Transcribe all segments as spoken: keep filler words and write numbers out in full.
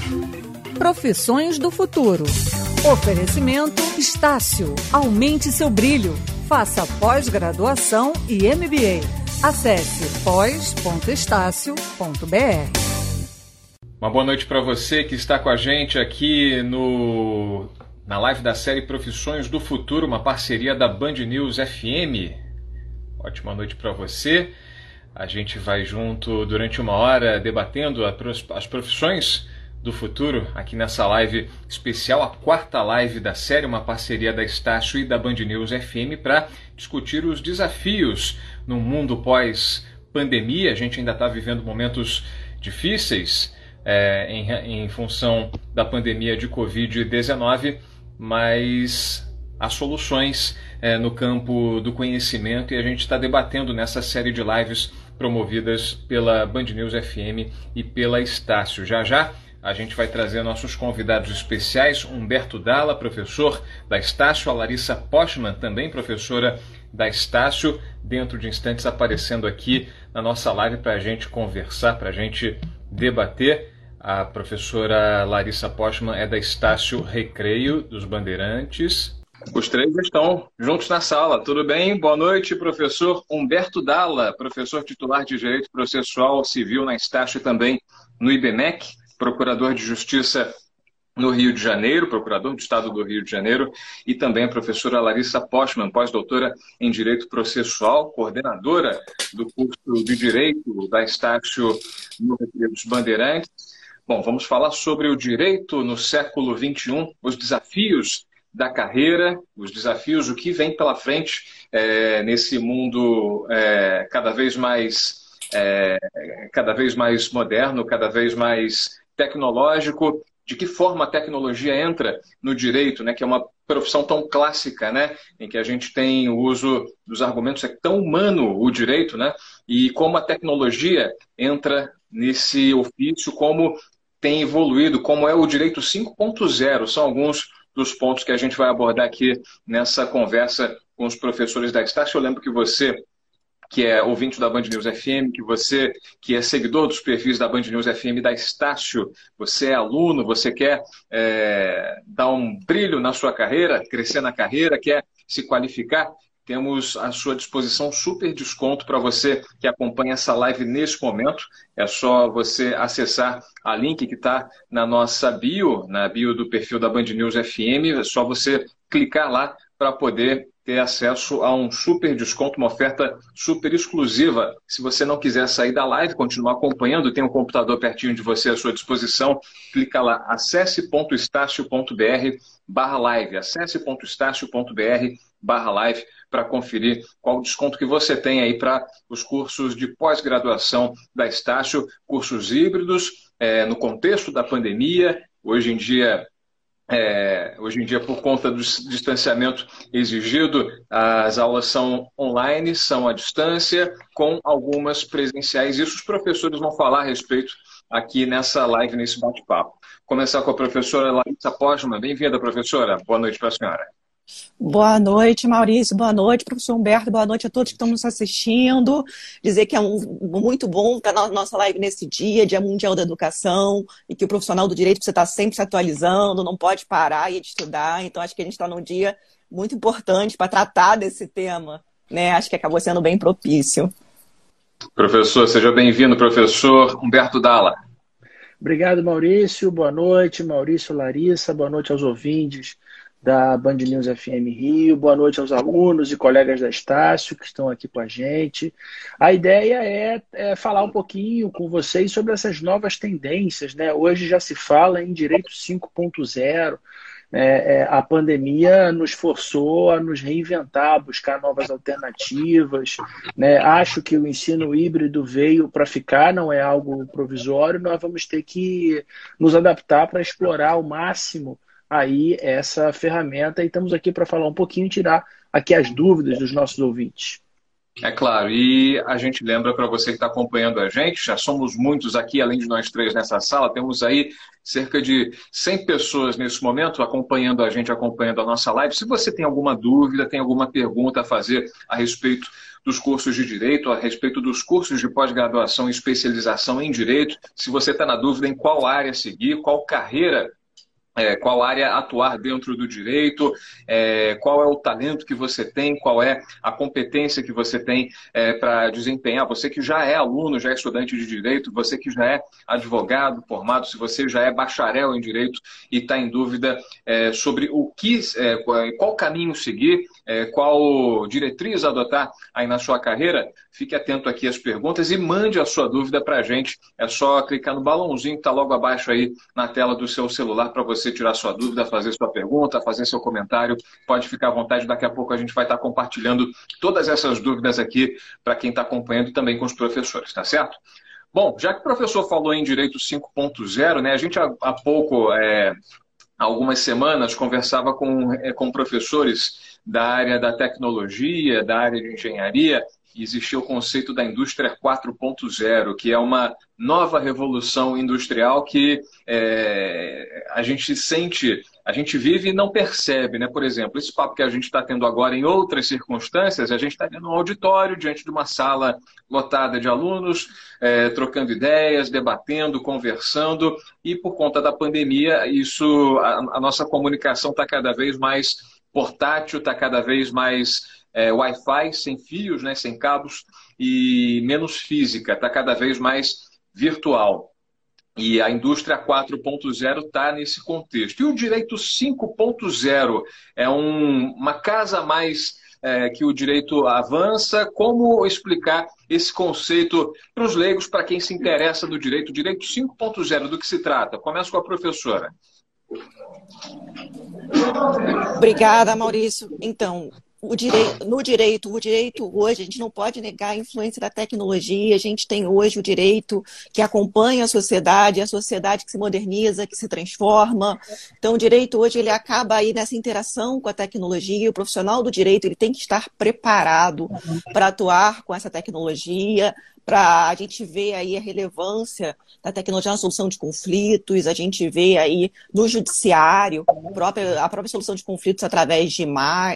Profissões do futuro. Oferecimento Estácio. Aumente seu brilho. Faça pós-graduação e M B A. Acesse pós ponto estácio ponto b r. Uma boa noite para você que está com a gente aqui no, na live da série Profissões do Futuro, uma parceria da Band News F M. Ótima noite para você. A gente vai junto durante uma hora debatendo as profissões do futuro aqui nessa live especial, a quarta live da série, uma parceria da Estácio e da Band News F M para discutir os desafios no mundo pós-pandemia. A gente ainda está vivendo momentos difíceis é, em, em função da pandemia de covid dezenove, mas há soluções é, no campo do conhecimento e a gente está debatendo nessa série de lives promovidas pela Band News F M e pela Estácio. Já já a gente vai trazer nossos convidados especiais, Humberto Dalla, professor da Estácio, a Larissa Postman, também professora da Estácio, dentro de instantes aparecendo aqui na nossa live para a gente conversar, para a gente debater. A professora Larissa Postman é da Estácio Recreio dos Bandeirantes. Os três estão juntos na sala. Tudo bem? Boa noite, professor Humberto Dalla, professor titular de Direito Processual Civil na Estácio e também no I B M E C, procurador de Justiça no Rio de Janeiro, procurador do Estado do Rio de Janeiro, e também a professora Larissa Postman, pós-doutora em Direito Processual, coordenadora do curso de Direito da Estácio no Recreio dos Bandeirantes. Bom, vamos falar sobre o direito no século vinte e um, os desafios da carreira, os desafios, o que vem pela frente é, nesse mundo é, cada vez mais é, cada vez mais moderno, cada vez mais tecnológico, de que forma a tecnologia entra no direito, né, que é uma profissão tão clássica, né, em que a gente tem o uso dos argumentos, é tão humano o direito, né, e como a tecnologia entra nesse ofício, como tem evoluído, como é o direito cinco ponto zero, são alguns dos pontos que a gente vai abordar aqui nessa conversa com os professores da Estácio. Eu lembro que você, que é ouvinte da Band News F M, que você que é seguidor dos perfis da Band News F M e da Estácio, você é aluno, você quer é, dar um brilho na sua carreira, crescer na carreira, quer se qualificar, temos à sua disposição super desconto para você que acompanha essa live nesse momento. É só você acessar a link que está na nossa bio, na bio do perfil da Band News F M, é só você clicar lá para poder ter acesso a um super desconto, uma oferta super exclusiva. Se você não quiser sair da live, continuar acompanhando, tem um computador pertinho de você à sua disposição, clica lá, acesse.estácio.br barra live, acesse.estácio.br barra live para conferir qual o desconto que você tem aí para os cursos de pós-graduação da Estácio, cursos híbridos, é, no contexto da pandemia. Hoje em dia, É, hoje em dia, por conta do distanciamento exigido, as aulas são online, são à distância, com algumas presenciais. Isso os professores vão falar a respeito aqui nessa live, nesse bate-papo. Começar com a professora Larissa Postman. Bem-vinda, professora. Boa noite para a senhora. Boa noite, Maurício. Boa noite, professor Humberto. Boa noite a todos que estão nos assistindo. Dizer que é um, muito bom estar na nossa live nesse dia, Dia Mundial da Educação, e que o profissional do direito precisa estar sempre se atualizando, não pode parar e estudar. Então, acho que a gente está num dia muito importante para tratar desse tema, né? Acho que acabou sendo bem propício. Professor, seja bem-vindo, professor Humberto Dalla. Obrigado, Maurício. Boa noite, Maurício, Larissa. Boa noite aos ouvintes da Band News F M Rio, boa noite aos alunos e colegas da Estácio que estão aqui com a gente. A ideia é, é falar um pouquinho com vocês sobre essas novas tendências, né? Hoje já se fala em Direito cinco ponto zero, é, é, a pandemia nos forçou a nos reinventar, a buscar novas alternativas, né? Acho que o ensino híbrido veio para ficar, não é algo provisório, nós vamos ter que nos adaptar para explorar ao máximo aí essa ferramenta, e estamos aqui para falar um pouquinho e tirar aqui as dúvidas dos nossos ouvintes. É claro, e a gente lembra para você que está acompanhando a gente, já somos muitos aqui, além de nós três nessa sala, temos aí cerca de cem pessoas nesse momento acompanhando a gente, acompanhando a nossa live. Se você tem alguma dúvida, tem alguma pergunta a fazer a respeito dos cursos de Direito, a respeito dos cursos de pós-graduação e especialização em Direito, se você está na dúvida em qual área seguir, qual carreira É, qual área atuar dentro do direito, é, qual é o talento que você tem, qual é a competência que você tem é, para desempenhar. Você que já é aluno, já é estudante de direito, você que já é advogado formado, se você já é bacharel em direito e está em dúvida é, sobre o que, é, qual caminho seguir, é, qual diretriz adotar aí na sua carreira, fique atento aqui às perguntas e mande a sua dúvida para a gente. É só clicar no balãozinho que está logo abaixo aí na tela do seu celular para você tirar sua dúvida, fazer sua pergunta, fazer seu comentário. Pode ficar à vontade, daqui a pouco a gente vai estar compartilhando todas essas dúvidas aqui para quem está acompanhando também com os professores, tá certo? Bom, já que o professor falou em Direito cinco ponto zero, né, a gente há, há pouco, é, há algumas semanas, conversava com, é, com professores da área da tecnologia, da área de engenharia, e existia o conceito da indústria quatro ponto zero, que é uma nova revolução industrial que é, a gente sente, a gente vive e não percebe, né? Por exemplo, esse papo que a gente está tendo agora em outras circunstâncias, a gente está dentro de um auditório, diante de uma sala lotada de alunos, é, trocando ideias, debatendo, conversando, e por conta da pandemia, isso, a, a nossa comunicação está cada vez mais portátil, está cada vez mais É, Wi-Fi, sem fios, né, sem cabos, e menos física, está cada vez mais virtual. E a indústria quatro ponto zero está nesse contexto. E o direito cinco ponto zero é um, uma casa a mais é, que o direito avança. Como explicar esse conceito para os leigos, para quem se interessa do direito? Direito cinco ponto zero, do que se trata? Começo com a professora. Obrigada, Maurício. Então, O direito, no direito, o direito hoje, a gente não pode negar a influência da tecnologia, a gente tem hoje o direito que acompanha a sociedade, a sociedade que se moderniza, que se transforma. Então, o direito hoje, ele acaba aí nessa interação com a tecnologia, e o profissional do direito, ele tem que estar preparado para atuar com essa tecnologia, para a gente ver aí a relevância da tecnologia na solução de conflitos, a gente vê aí no judiciário a própria, a própria solução de conflitos através de,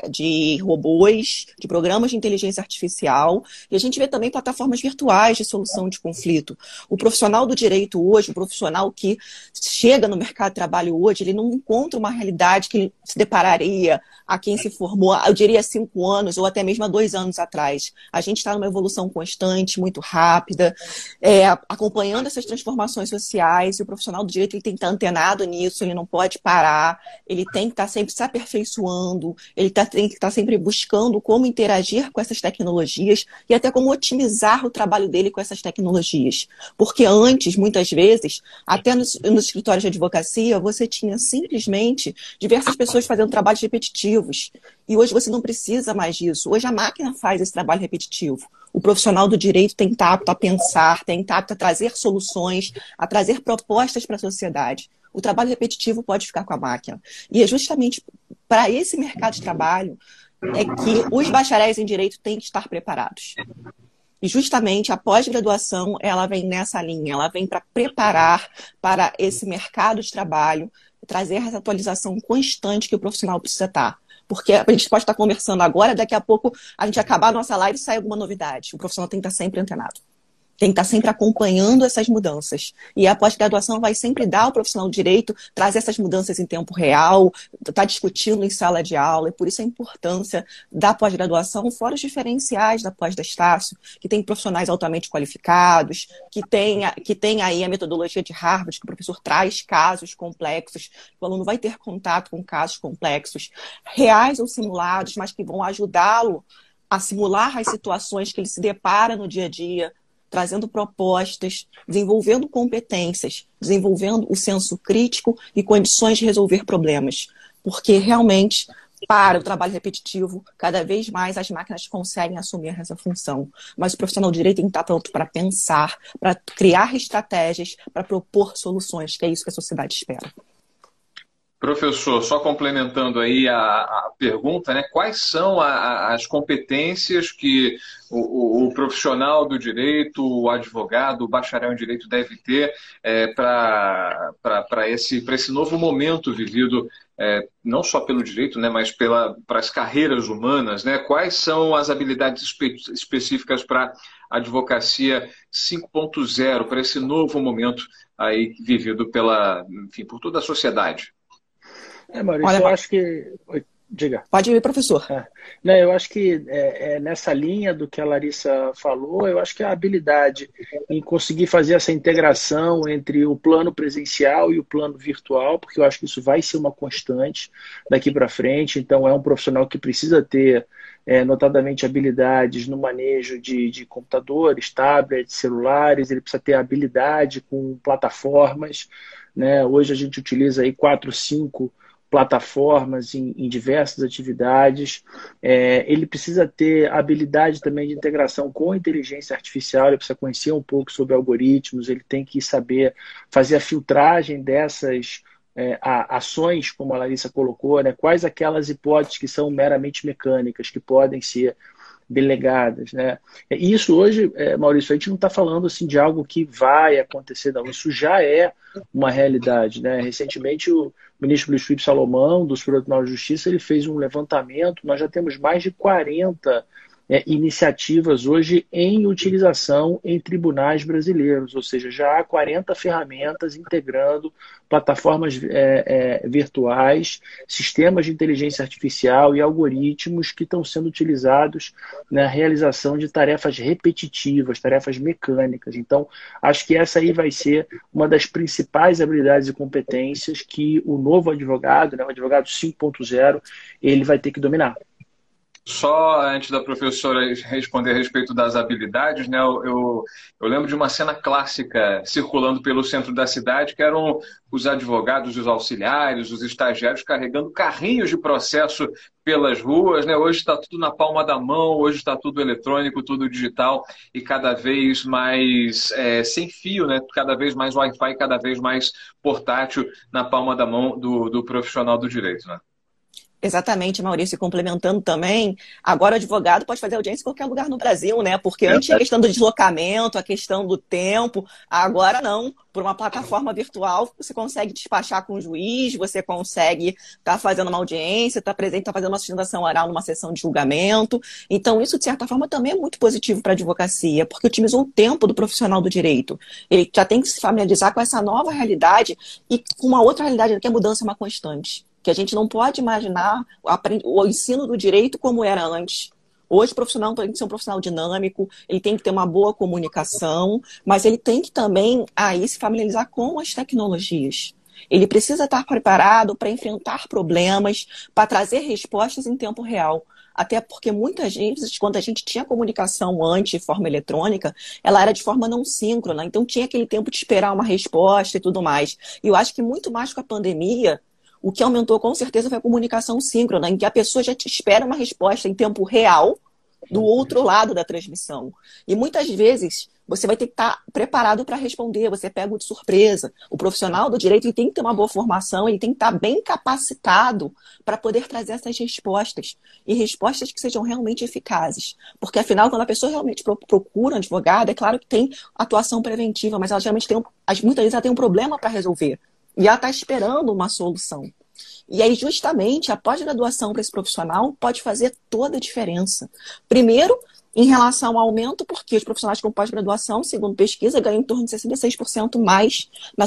de robôs, de programas de inteligência artificial, e a gente vê também plataformas virtuais de solução de conflito. O profissional do direito hoje, o profissional que chega no mercado de trabalho hoje, ele não encontra uma realidade que ele se depararia a quem se formou, eu diria, há cinco anos ou até mesmo há dois anos atrás. A gente está numa evolução constante, muito rápida, é, acompanhando essas transformações sociais, e o profissional do direito ele tem que estar antenado nisso, ele não pode parar, ele tem que estar sempre se aperfeiçoando, ele tá, tem que estar sempre buscando como interagir com essas tecnologias e até como otimizar o trabalho dele com essas tecnologias. Porque antes, muitas vezes, até nos, nos escritórios de advocacia, você tinha simplesmente diversas pessoas fazendo trabalhos repetitivos. E hoje você não precisa mais disso. Hoje a máquina faz esse trabalho repetitivo. O profissional do direito tem que estar apto a pensar, tem que estar apto a trazer soluções, a trazer propostas para a sociedade. O trabalho repetitivo pode ficar com a máquina. E é justamente para esse mercado de trabalho é que os bacharéis em direito têm que estar preparados. E justamente a pós-graduação, ela vem nessa linha, ela vem para preparar para esse mercado de trabalho, trazer essa atualização constante que o profissional precisa estar. Porque a gente pode estar conversando agora, daqui a pouco a gente acabar a nossa live e sai alguma novidade. O profissional tem que estar sempre antenado. Tem que estar sempre acompanhando essas mudanças. E a pós-graduação vai sempre dar ao profissional do direito, trazer essas mudanças em tempo real, estar discutindo em sala de aula. E por isso a importância da pós-graduação, fora os diferenciais da pós da Estácio, que tem profissionais altamente qualificados, que tem, que tem aí a metodologia de Harvard, que o professor traz casos complexos, o aluno vai ter contato com casos complexos, reais ou simulados, mas que vão ajudá-lo a simular as situações que ele se depara no dia a dia, trazendo propostas, desenvolvendo competências, desenvolvendo o senso crítico e condições de resolver problemas. Porque realmente, para o trabalho repetitivo, cada vez mais as máquinas conseguem assumir essa função. Mas o profissional do direito tem que estar pronto para pensar, para criar estratégias, para propor soluções, que é isso que a sociedade espera. Professor, só complementando aí a, a pergunta, né? Quais são a, a, as competências que o, o, o profissional do direito, o advogado, o bacharel em direito deve ter é, para esse, para esse novo momento vivido, é, não só pelo direito, né, mas pela, para as carreiras humanas, né? Quais são as habilidades espe específicas para a advocacia cinco ponto zero, para esse novo momento aí vivido pela, enfim, por toda a sociedade? É, Maurício, Olha, eu acho que... Diga. Pode ir, professor. É. Não, eu acho que é, é, nessa linha do que a Larissa falou, eu acho que a habilidade em conseguir fazer essa integração entre o plano presencial e o plano virtual, porque eu acho que isso vai ser uma constante daqui para frente. Então, é um profissional que precisa ter, é, notadamente, habilidades no manejo de, de computadores, tablets, celulares, ele precisa ter habilidade com plataformas, né? Hoje a gente utiliza aí quatro, cinco plataformas em, em diversas atividades. É, ele precisa ter habilidade também de integração com a inteligência artificial, ele precisa conhecer um pouco sobre algoritmos, ele tem que saber fazer a filtragem dessas é, a, ações, como a Larissa colocou, né? Quais aquelas hipóteses que são meramente mecânicas, que podem ser delegadas, né? Isso hoje, é, Maurício, a gente não está falando assim, de algo que vai acontecer, não. Isso já é uma realidade, né? Recentemente, o ministro Luiz Felipe Salomão, do Superior Tribunal de Justiça, ele fez um levantamento. Nós já temos mais de quarenta é, iniciativas hoje em utilização em tribunais brasileiros, ou seja, já há quarenta ferramentas integrando plataformas é, é, virtuais, sistemas de inteligência artificial e algoritmos que estão sendo utilizados na realização de tarefas repetitivas, tarefas mecânicas. Então, acho que essa aí vai ser uma das principais habilidades e competências que o novo advogado, né, o advogado cinco ponto zero, ele vai ter que dominar. Só antes da professora responder a respeito das habilidades, né, eu, eu, eu lembro de uma cena clássica circulando pelo centro da cidade, que eram os advogados, os auxiliares, os estagiários carregando carrinhos de processo pelas ruas, né? Hoje está tudo na palma da mão, hoje está tudo eletrônico, tudo digital e cada vez mais é, sem fio, né? Cada vez mais Wi-Fi, cada vez mais portátil na palma da mão do, do profissional do direito, né? Exatamente, Maurício, complementando também, agora o advogado pode fazer audiência em qualquer lugar no Brasil, né? Porque antes a questão do deslocamento, a questão do tempo, agora não. Por uma plataforma virtual, você consegue despachar com o juiz, você consegue estar tá fazendo uma audiência, estar tá presente, estar tá fazendo uma sustentação oral numa sessão de julgamento. Então, isso, de certa forma, também é muito positivo para a advocacia, porque otimizou o tempo do profissional do direito. Ele já tem que se familiarizar com essa nova realidade e com uma outra realidade, que a mudança é uma constante. Que a gente não pode imaginar o ensino do direito como era antes. Hoje o profissional tem que ser um profissional dinâmico, ele tem que ter uma boa comunicação, mas ele tem que também aí se familiarizar com as tecnologias. Ele precisa estar preparado para enfrentar problemas, para trazer respostas em tempo real. Até porque muitas vezes, quando a gente tinha comunicação antes, de forma eletrônica, ela era de forma não síncrona, então tinha aquele tempo de esperar uma resposta e tudo mais. E eu acho que muito mais com a pandemia, o que aumentou com certeza foi a comunicação síncrona, em que a pessoa já te espera uma resposta em tempo real do outro lado da transmissão. E muitas vezes você vai ter que estar preparado para responder, você pega de surpresa. O profissional do direito ele tem que ter uma boa formação, ele tem que estar bem capacitado para poder trazer essas respostas. E respostas que sejam realmente eficazes. Porque, afinal, quando a pessoa realmente procura um advogado, é claro que tem atuação preventiva, mas ela geralmente tem um, muitas vezes ela tem um problema para resolver. E ela está esperando uma solução. E aí, justamente, a pós-graduação para esse profissional pode fazer toda a diferença. Primeiro, em relação ao aumento, porque os profissionais com pós-graduação, segundo pesquisa, ganham em torno de sessenta e seis por cento mais,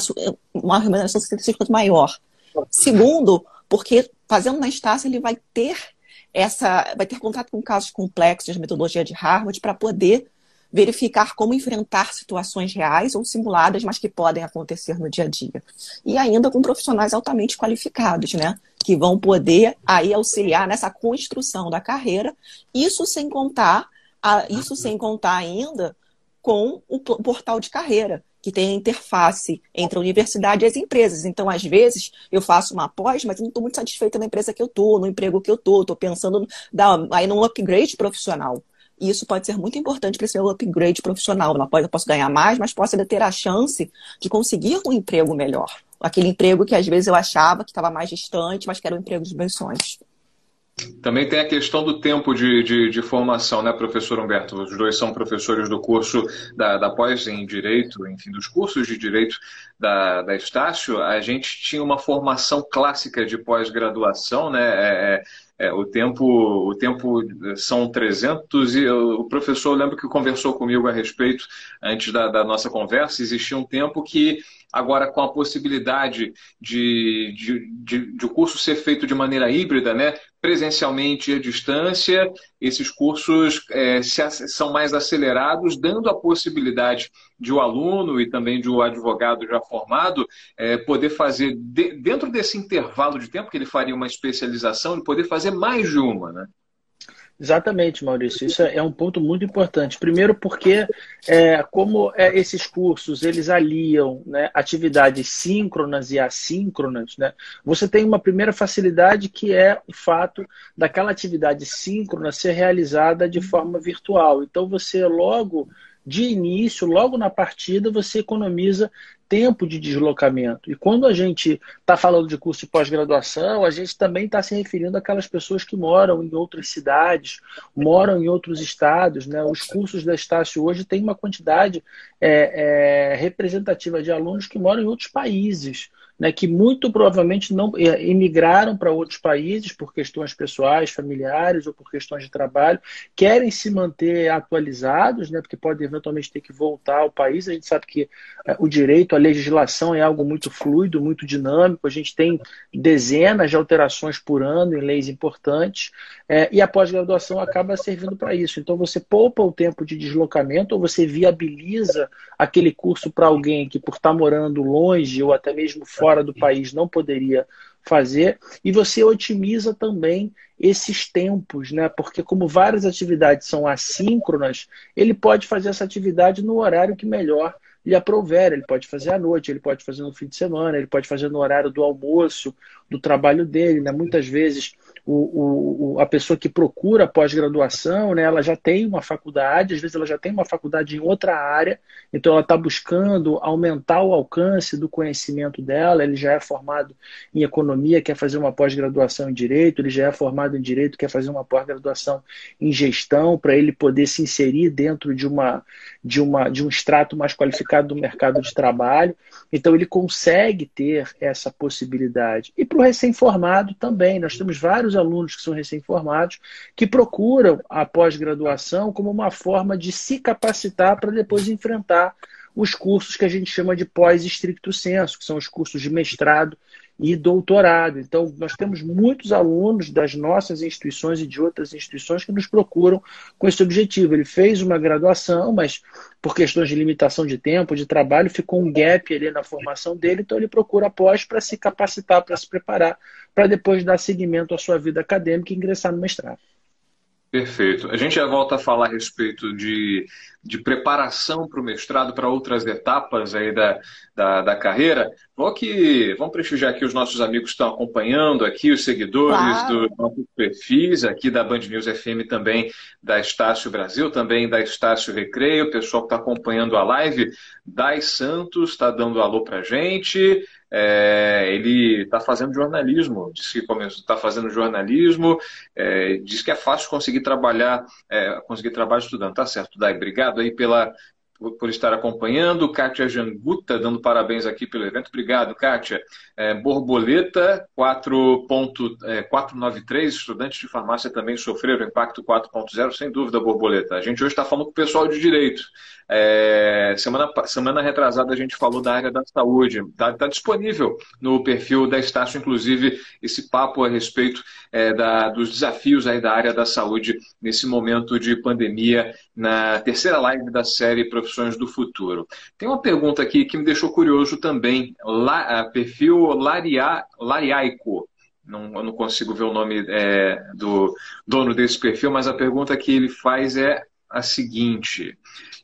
uma remuneração de sessenta e seis por cento maior. Segundo, porque fazendo na Estácio, ele vai ter, essa, vai ter contato com casos complexos de metodologia de Harvard para poder verificar como enfrentar situações reais ou simuladas, mas que podem acontecer no dia a dia. E ainda com profissionais altamente qualificados, né? Que vão poder aí auxiliar nessa construção da carreira, isso sem contar, isso sem contar ainda com o portal de carreira, que tem a interface entre a universidade e as empresas. Então, às vezes, eu faço uma pós, mas eu não estou muito satisfeita na empresa que eu estou, no emprego que eu estou, estou pensando dar, aí num upgrade profissional. E isso pode ser muito importante para esse meu upgrade profissional. Eu posso ganhar mais, mas posso ainda ter a chance de conseguir um emprego melhor. aquele emprego que às vezes eu achava que estava mais distante, mas que era o emprego dos meus sonhos. Também tem a questão do tempo de, de, de formação, né, professor Humberto? Os dois são professores do curso da, da pós em Direito, enfim, dos cursos de Direito da, da Estácio. A gente tinha uma formação clássica de pós-graduação, né? É, é, o, tempo, o tempo são trezentos e o professor, eu lembro que conversou comigo a respeito, antes da, da nossa conversa, existia um tempo que agora com a possibilidade de, de, de, de o curso ser feito de maneira híbrida, né, presencialmente e à distância, esses cursos é, se, são mais acelerados, dando a possibilidade de o aluno e também de o advogado já formado é, poder fazer, de, dentro desse intervalo de tempo que ele faria uma especialização, ele poder fazer mais de uma, né? Exatamente, Maurício. Isso é um ponto muito importante. Primeiro porque, é, como é, esses cursos eles aliam, né, atividades síncronas e assíncronas, né, você tem uma primeira facilidade que é o fato daquela atividade síncrona ser realizada de forma virtual. Então você logo de início, logo na partida, você economiza tempo de deslocamento. E quando a gente está falando de curso de pós-graduação, a gente também está se referindo àquelas pessoas que moram em outras cidades, moram em outros estados, né? Os cursos da Estácio hoje têm uma quantidade é, é, representativa de alunos que moram em outros países, né, que muito provavelmente não emigraram para outros países por questões pessoais, familiares ou por questões de trabalho, querem se manter atualizados, né, porque podem eventualmente ter que voltar ao país. A gente sabe que é, o direito, a legislação é algo muito fluido, muito dinâmico, a gente tem dezenas de alterações por ano em leis importantes, é, e a pós-graduação acaba servindo para isso. Então você poupa o tempo de deslocamento ou você viabiliza aquele curso para alguém que por estar morando longe ou até mesmo fora fora do país não poderia fazer, e você otimiza também esses tempos, né? Porque como várias atividades são assíncronas, ele pode fazer essa atividade no horário que melhor lhe aprouver. Ele pode fazer à noite, ele pode fazer no fim de semana, ele pode fazer no horário do almoço, do trabalho dele, né? Muitas vezes o, o, a pessoa que procura pós-graduação, né, ela já tem uma faculdade, às vezes ela já tem uma faculdade em outra área, então ela está buscando aumentar o alcance do conhecimento dela. Ele já é formado em economia, quer fazer uma pós-graduação em direito, ele já é formado em direito, quer fazer uma pós-graduação em gestão, para ele poder se inserir dentro de, uma, de, uma, de um extrato mais qualificado do mercado de trabalho. Então ele consegue ter essa possibilidade. E para o recém-formado também, nós temos vários alunos que são recém-formados que procuram a pós-graduação como uma forma de se capacitar para depois enfrentar os cursos que a gente chama de pós-stricto sensu, que são os cursos de mestrado e doutorado. Então, nós temos muitos alunos das nossas instituições e de outras instituições que nos procuram com esse objetivo. Ele fez uma graduação, mas por questões de limitação de tempo, de trabalho, ficou um gap ali na formação dele, então ele procura a pós para se capacitar, para se preparar, para depois dar seguimento à sua vida acadêmica e ingressar no mestrado. Perfeito. A gente já volta a falar a respeito de, de preparação para o mestrado, para outras etapas aí da, da, da carreira. Vou aqui, vamos prestigiar aqui os nossos amigos que estão acompanhando aqui, os seguidores Claro. dos nossos perfis, aqui da Band News F M, também da Estácio Brasil, também da Estácio Recreio, o pessoal que está acompanhando a live. Dai Santos está dando alô para a gente. É, ele está fazendo jornalismo, diz que está fazendo jornalismo, é, diz que é fácil conseguir trabalhar, é, conseguir trabalho estudando. Tá certo, Dai, obrigado aí pela, por estar acompanhando. Kátia Janguta dando parabéns aqui pelo evento. Obrigado, Kátia. É, Borboleta quatro ponto quatrocentos e noventa e três, estudantes de farmácia também sofreram impacto quatro ponto zero, sem dúvida, Borboleta. A gente hoje está falando com o pessoal de direito. É, semana, semana retrasada a gente falou da área da saúde. Está tá disponível no perfil da Estácio, inclusive, esse papo a respeito é, da, dos desafios aí da área da saúde nesse momento de pandemia, na terceira live da série Profissões do Futuro. Tem uma pergunta aqui que me deixou curioso também. La, perfil Laria, Lariaico. Não, eu não consigo ver o nome é, do dono desse perfil, mas a pergunta que ele faz é a seguinte.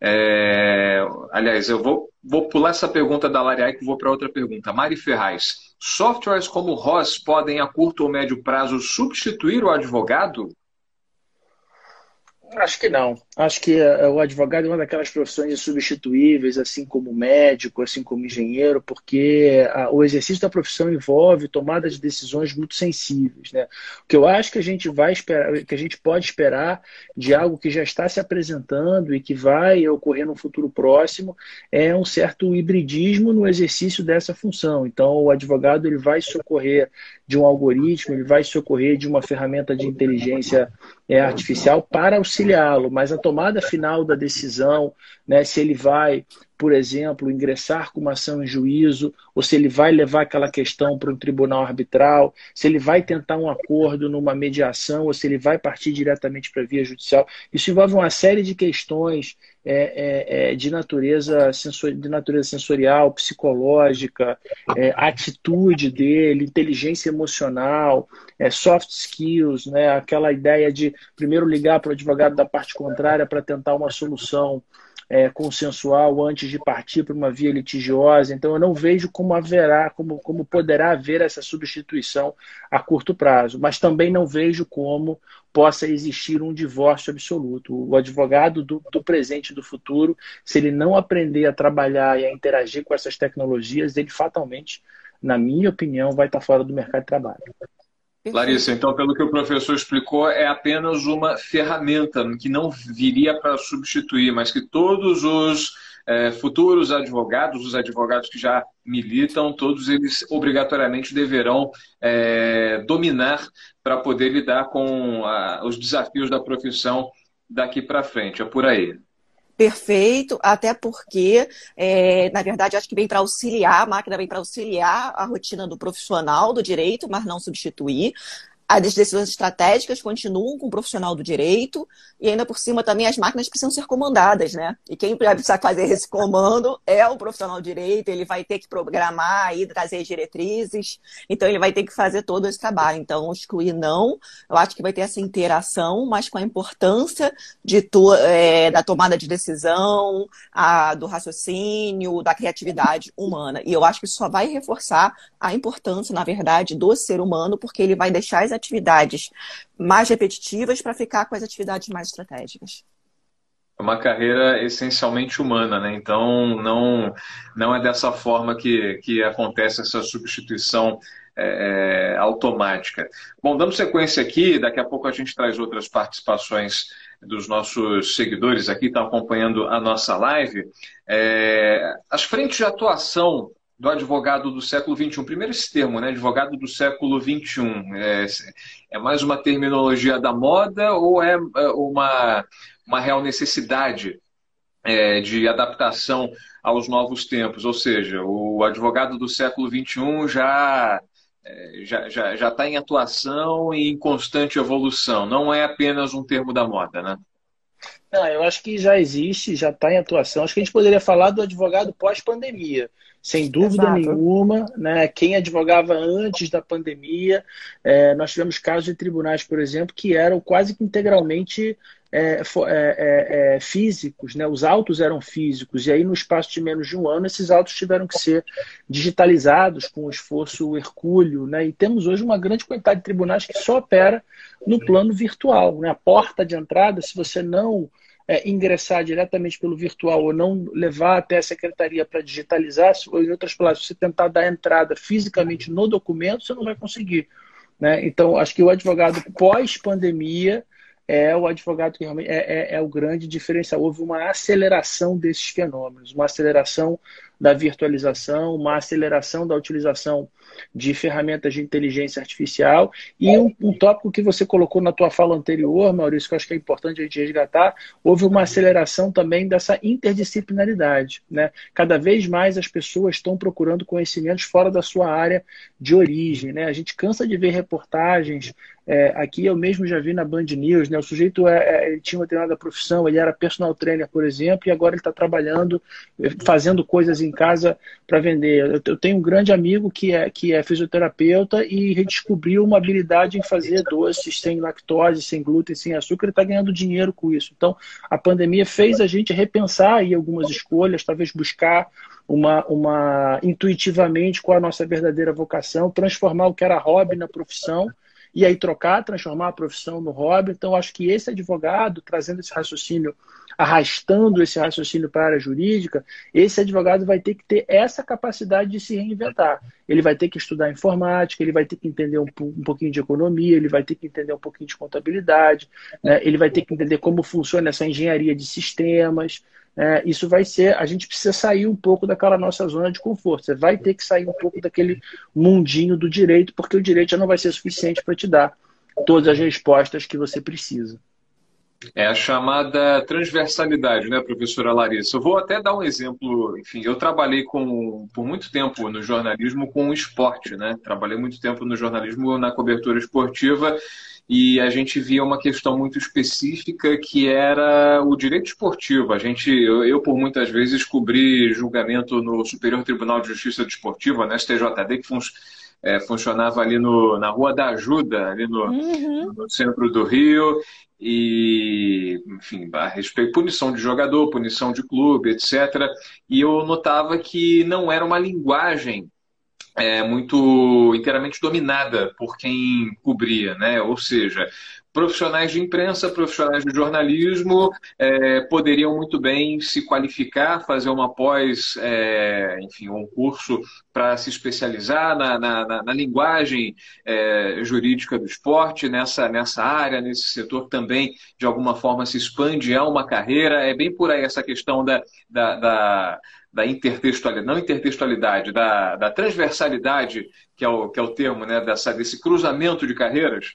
É, aliás, eu vou, vou pular essa pergunta da Lariaico e vou para outra pergunta. Mari Ferraz. Softwares como R O S podem, a curto ou médio prazo, substituir o advogado? Acho que não. Acho que uh, o advogado é uma daquelas profissões insubstituíveis, assim como médico, assim como engenheiro, porque uh, o exercício da profissão envolve tomada de decisões muito sensíveis, né? O que eu acho que a gente vai esperar, que a gente pode esperar de algo que já está se apresentando e que vai ocorrer no futuro próximo é um certo hibridismo no exercício dessa função. Então, o advogado ele vai socorrer de um algoritmo, ele vai socorrer de uma ferramenta de inteligência é, artificial para auxiliá-lo, mas a tomada final da decisão, né, se ele vai, por exemplo, ingressar com uma ação em juízo, ou se ele vai levar aquela questão para um tribunal arbitral, se ele vai tentar um acordo numa mediação, ou se ele vai partir diretamente para a via judicial. Isso envolve uma série de questões é, é, de, natureza sensor, de natureza sensorial, psicológica, é, atitude dele, inteligência emocional, é, soft skills, né, aquela ideia de primeiro ligar para o advogado da parte contrária para tentar uma solução é, consensual antes de partir para uma via litigiosa. Então eu não vejo como haverá, como, como poderá haver essa substituição a curto prazo, mas também não vejo como possa existir um divórcio absoluto. O advogado do, do presente e do futuro, se ele não aprender a trabalhar e a interagir com essas tecnologias, ele fatalmente, na minha opinião, vai estar fora do mercado de trabalho. Larissa, então, pelo que o professor explicou, é apenas uma ferramenta que não viria para substituir, mas que todos os é, futuros advogados, os advogados que já militam, todos eles obrigatoriamente deverão é, dominar para poder lidar com a, os desafios da profissão daqui para frente. É por aí. Perfeito, até porque, é, na verdade, acho que vem para auxiliar, a máquina vem para auxiliar a rotina do profissional do direito, mas não substituir. As decisões estratégicas continuam com o profissional do direito e ainda por cima também as máquinas precisam ser comandadas, né? E quem vai precisar fazer esse comando é o profissional do direito, ele vai ter que programar e trazer diretrizes, então ele vai ter que fazer todo esse trabalho. Então, excluir não, eu acho que vai ter essa interação, mas com a importância de to, é, da tomada de decisão, a, do raciocínio, da criatividade humana. E eu acho que isso só vai reforçar a importância, na verdade, do ser humano, porque ele vai deixar as atividades mais repetitivas para ficar com as atividades mais estratégicas. É uma carreira essencialmente humana, né? Então não, não é dessa forma que, que acontece essa substituição é, automática. Bom, dando sequência aqui, daqui a pouco a gente traz outras participações dos nossos seguidores aqui, estão acompanhando a nossa live. É, as frentes de atuação do advogado do século vinte e um. Primeiro esse termo, né? Advogado do século vinte e um. É, é mais uma terminologia da moda ou é uma, uma real necessidade é, de adaptação aos novos tempos? Ou seja, o advogado do século vinte e um já já já já está em atuação e em constante evolução. Não é apenas um termo da moda, né? Não, eu acho que já existe, já está em atuação. Acho que a gente poderia falar do advogado pós-pandemia. Sem dúvida Exato. nenhuma, né? Quem advogava antes da pandemia, é, nós tivemos casos de tribunais, por exemplo, que eram quase que integralmente é, é, é, físicos, né? Os autos eram físicos, e aí no espaço de menos de um ano esses autos tiveram que ser digitalizados com um esforço hercúleo, né? E temos hoje uma grande quantidade de tribunais que só opera no plano virtual, né? A porta de entrada, se você não É, ingressar diretamente pelo virtual ou não levar até a secretaria para digitalizar, ou em outras palavras, se você tentar dar entrada fisicamente no documento, você não vai conseguir, né? Então, acho que o advogado pós-pandemia é o advogado que realmente é, é, é o grande diferencial. Houve uma aceleração desses fenômenos, uma aceleração da virtualização, uma aceleração da utilização de ferramentas de inteligência artificial e um, um tópico que você colocou na tua fala anterior, Maurício, que eu acho que é importante a gente resgatar, houve uma aceleração também dessa interdisciplinaridade, né? Cada vez mais as pessoas estão procurando conhecimentos fora da sua área de origem, né? A gente cansa de ver reportagens, é, aqui eu mesmo já vi na Band News, né? O sujeito é, é, ele tinha uma determinada profissão, ele era personal trainer, por exemplo, e agora ele está trabalhando, fazendo coisas em casa para vender. Eu tenho um grande amigo que é, que é fisioterapeuta e redescobriu uma habilidade em fazer doces sem lactose, sem glúten, sem açúcar, e está ganhando dinheiro com isso. Então, a pandemia fez a gente repensar aí algumas escolhas, talvez buscar uma, uma intuitivamente qual a nossa verdadeira vocação, transformar o que era hobby na profissão e aí trocar, transformar a profissão no hobby. Então, acho que esse advogado, trazendo esse raciocínio, arrastando esse raciocínio para a área jurídica, esse advogado vai ter que ter essa capacidade de se reinventar. Ele vai ter que estudar informática, ele vai ter que entender um, um pouquinho de economia, ele vai ter que entender um pouquinho de contabilidade, né? Ele vai ter que entender como funciona essa engenharia de sistemas. É, isso vai ser, a gente precisa sair um pouco daquela nossa zona de conforto. Você vai ter que sair um pouco daquele mundinho do direito, porque o direito já não vai ser suficiente para te dar todas as respostas que você precisa. É a chamada transversalidade, né, professora Larissa? Eu vou até dar um exemplo. Enfim, eu trabalhei com, por muito tempo no jornalismo com o esporte, né? Trabalhei muito tempo no jornalismo na cobertura esportiva e a gente via uma questão muito específica que era o direito esportivo. A gente, eu, eu por muitas vezes cobri julgamento no Superior Tribunal de Justiça Desportiva, na S T J D, que fun, é, funcionava ali no, na Rua da Ajuda, ali no, uhum. no centro do Rio. E, enfim, a respeito punição de jogador, punição de clube, etcétera. E eu notava que não era uma linguagem é, muito inteiramente dominada por quem cobria, né? Ou seja, profissionais de imprensa, profissionais de jornalismo é, poderiam muito bem se qualificar, fazer uma pós, é, enfim, um curso para se especializar na, na, na linguagem é, jurídica do esporte, nessa, nessa área, nesse setor também, de alguma forma, se expande a uma carreira. É bem por aí essa questão da, da, da, da intertextualidade, não intertextualidade, da, da transversalidade, que é o, que é o termo, né, dessa, desse cruzamento de carreiras.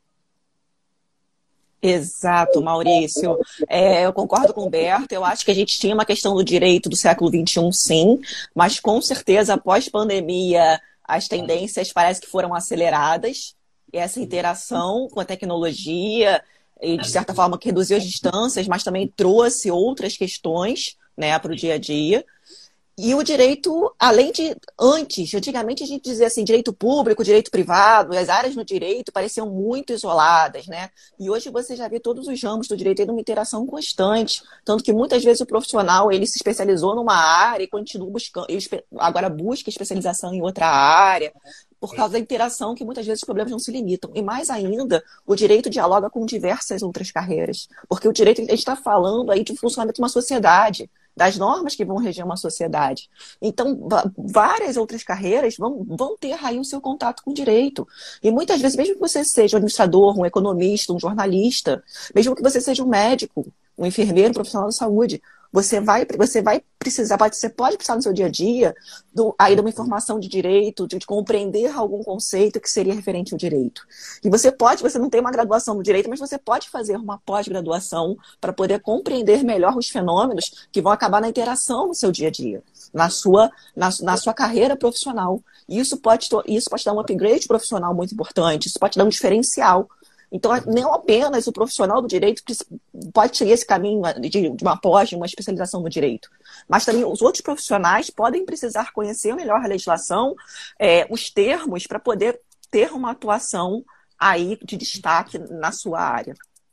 Exato, Maurício. É, eu concordo com o Humberto. Eu acho que a gente tinha uma questão do direito do século vinte e um, sim, mas com certeza, após pandemia, as tendências parece que foram aceleradas. E essa interação com a tecnologia, e de certa forma, que reduziu as distâncias, mas também trouxe outras questões, né, para o dia a dia. E o direito, além de, antes, antigamente a gente dizia assim, direito público, direito privado, as áreas no direito pareciam muito isoladas, né? E hoje você já vê todos os ramos do direito tendo uma interação constante, tanto que muitas vezes o profissional, ele se especializou numa área e continua buscando, agora busca especialização em outra área, por causa da interação que muitas vezes os problemas não se limitam. E mais ainda, o direito dialoga com diversas outras carreiras, porque o direito, a gente está falando aí de funcionamento de uma sociedade, das normas que vão reger uma sociedade. Então, várias outras carreiras vão, vão ter aí o seu contato com o direito. E muitas vezes, mesmo que você seja um administrador, um economista, um jornalista, mesmo que você seja um médico, um enfermeiro, um profissional de saúde, você vai, você vai precisar, você pode precisar no seu dia a dia do, aí de uma informação de direito, de, de compreender algum conceito que seria referente ao direito. E você pode, você não tem uma graduação no direito, mas você pode fazer uma pós-graduação para poder compreender melhor os fenômenos que vão acabar na interação no seu dia a dia, na sua, na, na sua carreira profissional. E isso pode, isso pode dar um upgrade profissional muito importante, isso pode dar um diferencial. Então, não apenas o profissional do direito pode seguir esse caminho de uma pós, de uma especialização no direito, mas também os outros profissionais podem precisar conhecer melhor a legislação, é, os termos, para poder ter uma atuação aí de destaque na sua área.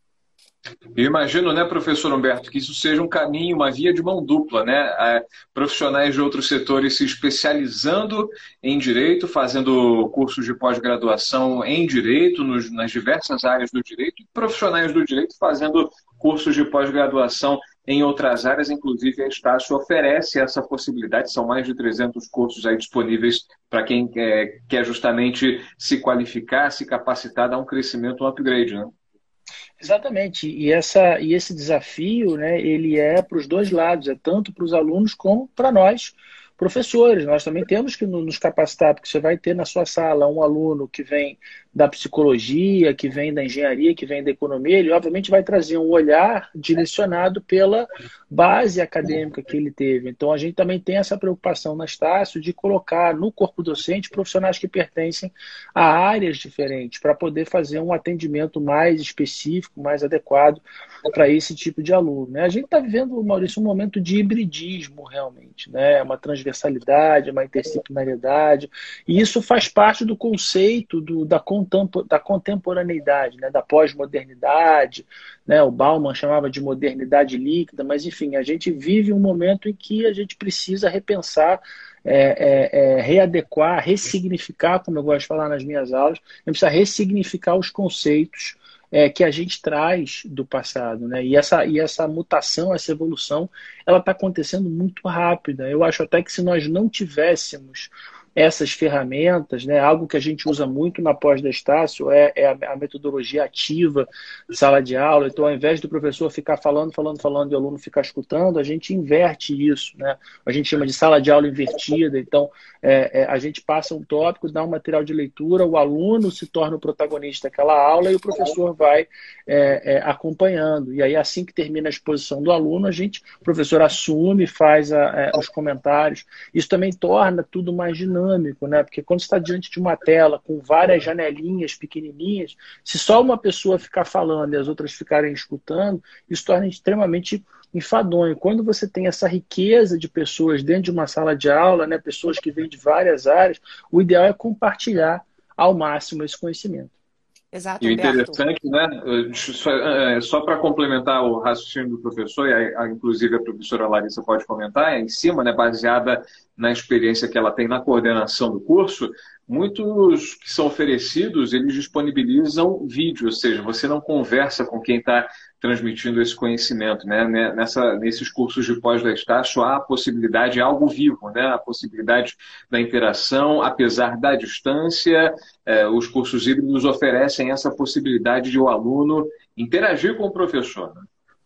Eu imagino, né, professor Humberto, que isso seja um caminho, uma via de mão dupla, né? Profissionais de outros setores se especializando em direito, fazendo cursos de pós-graduação em direito, nos, nas diversas áreas do direito, e profissionais do direito fazendo cursos de pós-graduação em outras áreas, inclusive a Estácio oferece essa possibilidade, são mais de trezentos cursos aí disponíveis para quem é, quer justamente se qualificar, se capacitar, dar um crescimento, um upgrade, né? Exatamente, e, essa, e esse desafio, né, ele é para os dois lados, é tanto para os alunos como para nós, professores. Nós também temos que nos capacitar, porque você vai ter na sua sala um aluno que vem da psicologia, que vem da engenharia, que vem da economia, ele obviamente vai trazer um olhar direcionado pela base acadêmica que ele teve. Então a gente também tem essa preocupação na Estácio de colocar no corpo docente profissionais que pertencem a áreas diferentes, para poder fazer um atendimento mais específico, mais adequado para esse tipo de aluno, né? A gente está vivendo, Maurício, um momento de hibridismo realmente, né? Uma transversalidade, uma interdisciplinariedade, e isso faz parte do conceito do, da da contemporaneidade, né, da pós-modernidade, né, o Bauman chamava de modernidade líquida, mas enfim, a gente vive um momento em que a gente precisa repensar é, é, readequar, ressignificar, como eu gosto de falar nas minhas aulas, a gente precisa ressignificar os conceitos é, que a gente traz do passado, né? E essa, e essa mutação, essa evolução, ela está acontecendo muito rápida. Eu acho até que se nós não tivéssemos essas ferramentas, né, algo que a gente usa muito na pós da Estácio é, é a, a metodologia ativa de sala de aula. Então, ao invés do professor ficar falando, falando, falando e o aluno ficar escutando, a gente inverte isso, né? A gente chama de sala de aula invertida. Então, é, é, a gente passa um tópico, dá um material de leitura, o aluno se torna o protagonista daquela aula e o professor vai é, é, acompanhando. E aí, assim que termina a exposição do aluno, a gente, o professor assume, faz a, a, os comentários. Isso também torna tudo mais dinâmico. Né? Porque quando você está diante de uma tela com várias janelinhas pequenininhas, se só uma pessoa ficar falando e as outras ficarem escutando, isso torna extremamente enfadonho. Quando você tem essa riqueza de pessoas dentro de uma sala de aula, né? Pessoas que vêm de várias áreas, o ideal é compartilhar ao máximo esse conhecimento. Exato, e o Humberto. interessante, né, só, só para complementar o raciocínio do professor, e a, a, inclusive a professora Larissa pode comentar, é em cima, né, baseada na experiência que ela tem na coordenação do curso, muitos que são oferecidos, eles disponibilizam vídeo, ou seja, você não conversa com quem está transmitindo esse conhecimento, né? Nessa, nesses cursos de pós da Estácio há a possibilidade, é algo vivo, né? A possibilidade da interação, apesar da distância, eh, os cursos híbridos oferecem essa possibilidade de o aluno interagir com o professor, né?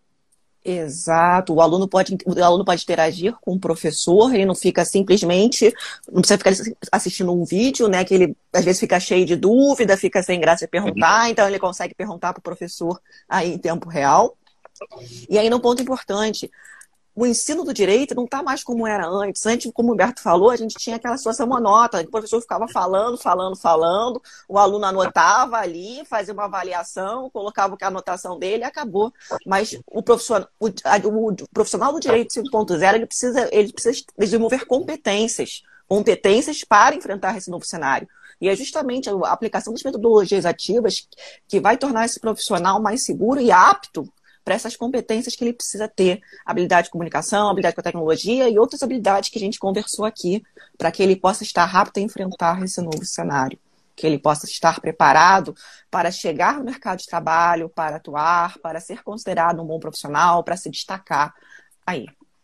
Exato, o aluno pode, o aluno pode interagir com o professor, ele não fica simplesmente, não precisa ficar assistindo um vídeo, né, que ele às vezes fica cheio de dúvida, fica sem graça de perguntar, então ele consegue perguntar para o professor aí em tempo real. E aí, um ponto importante, o ensino do direito não está mais como era antes. Antes, como o Humberto falou, a gente tinha aquela situação monótona, o professor ficava falando, falando, falando, o aluno anotava ali, fazia uma avaliação, colocava a anotação dele e acabou. Mas o profissional, o, o profissional do direito cinco ponto zero, ele precisa, ele precisa desenvolver competências, competências para enfrentar esse novo cenário. E é justamente a aplicação das metodologias ativas que vai tornar esse profissional mais seguro e apto para essas competências que ele precisa ter, habilidade de comunicação, habilidade com a tecnologia e outras habilidades que a gente conversou aqui, para que ele possa estar rápido a enfrentar esse novo cenário, que ele possa estar preparado para chegar no mercado de trabalho, para atuar, para ser considerado um bom profissional, para se destacar aí.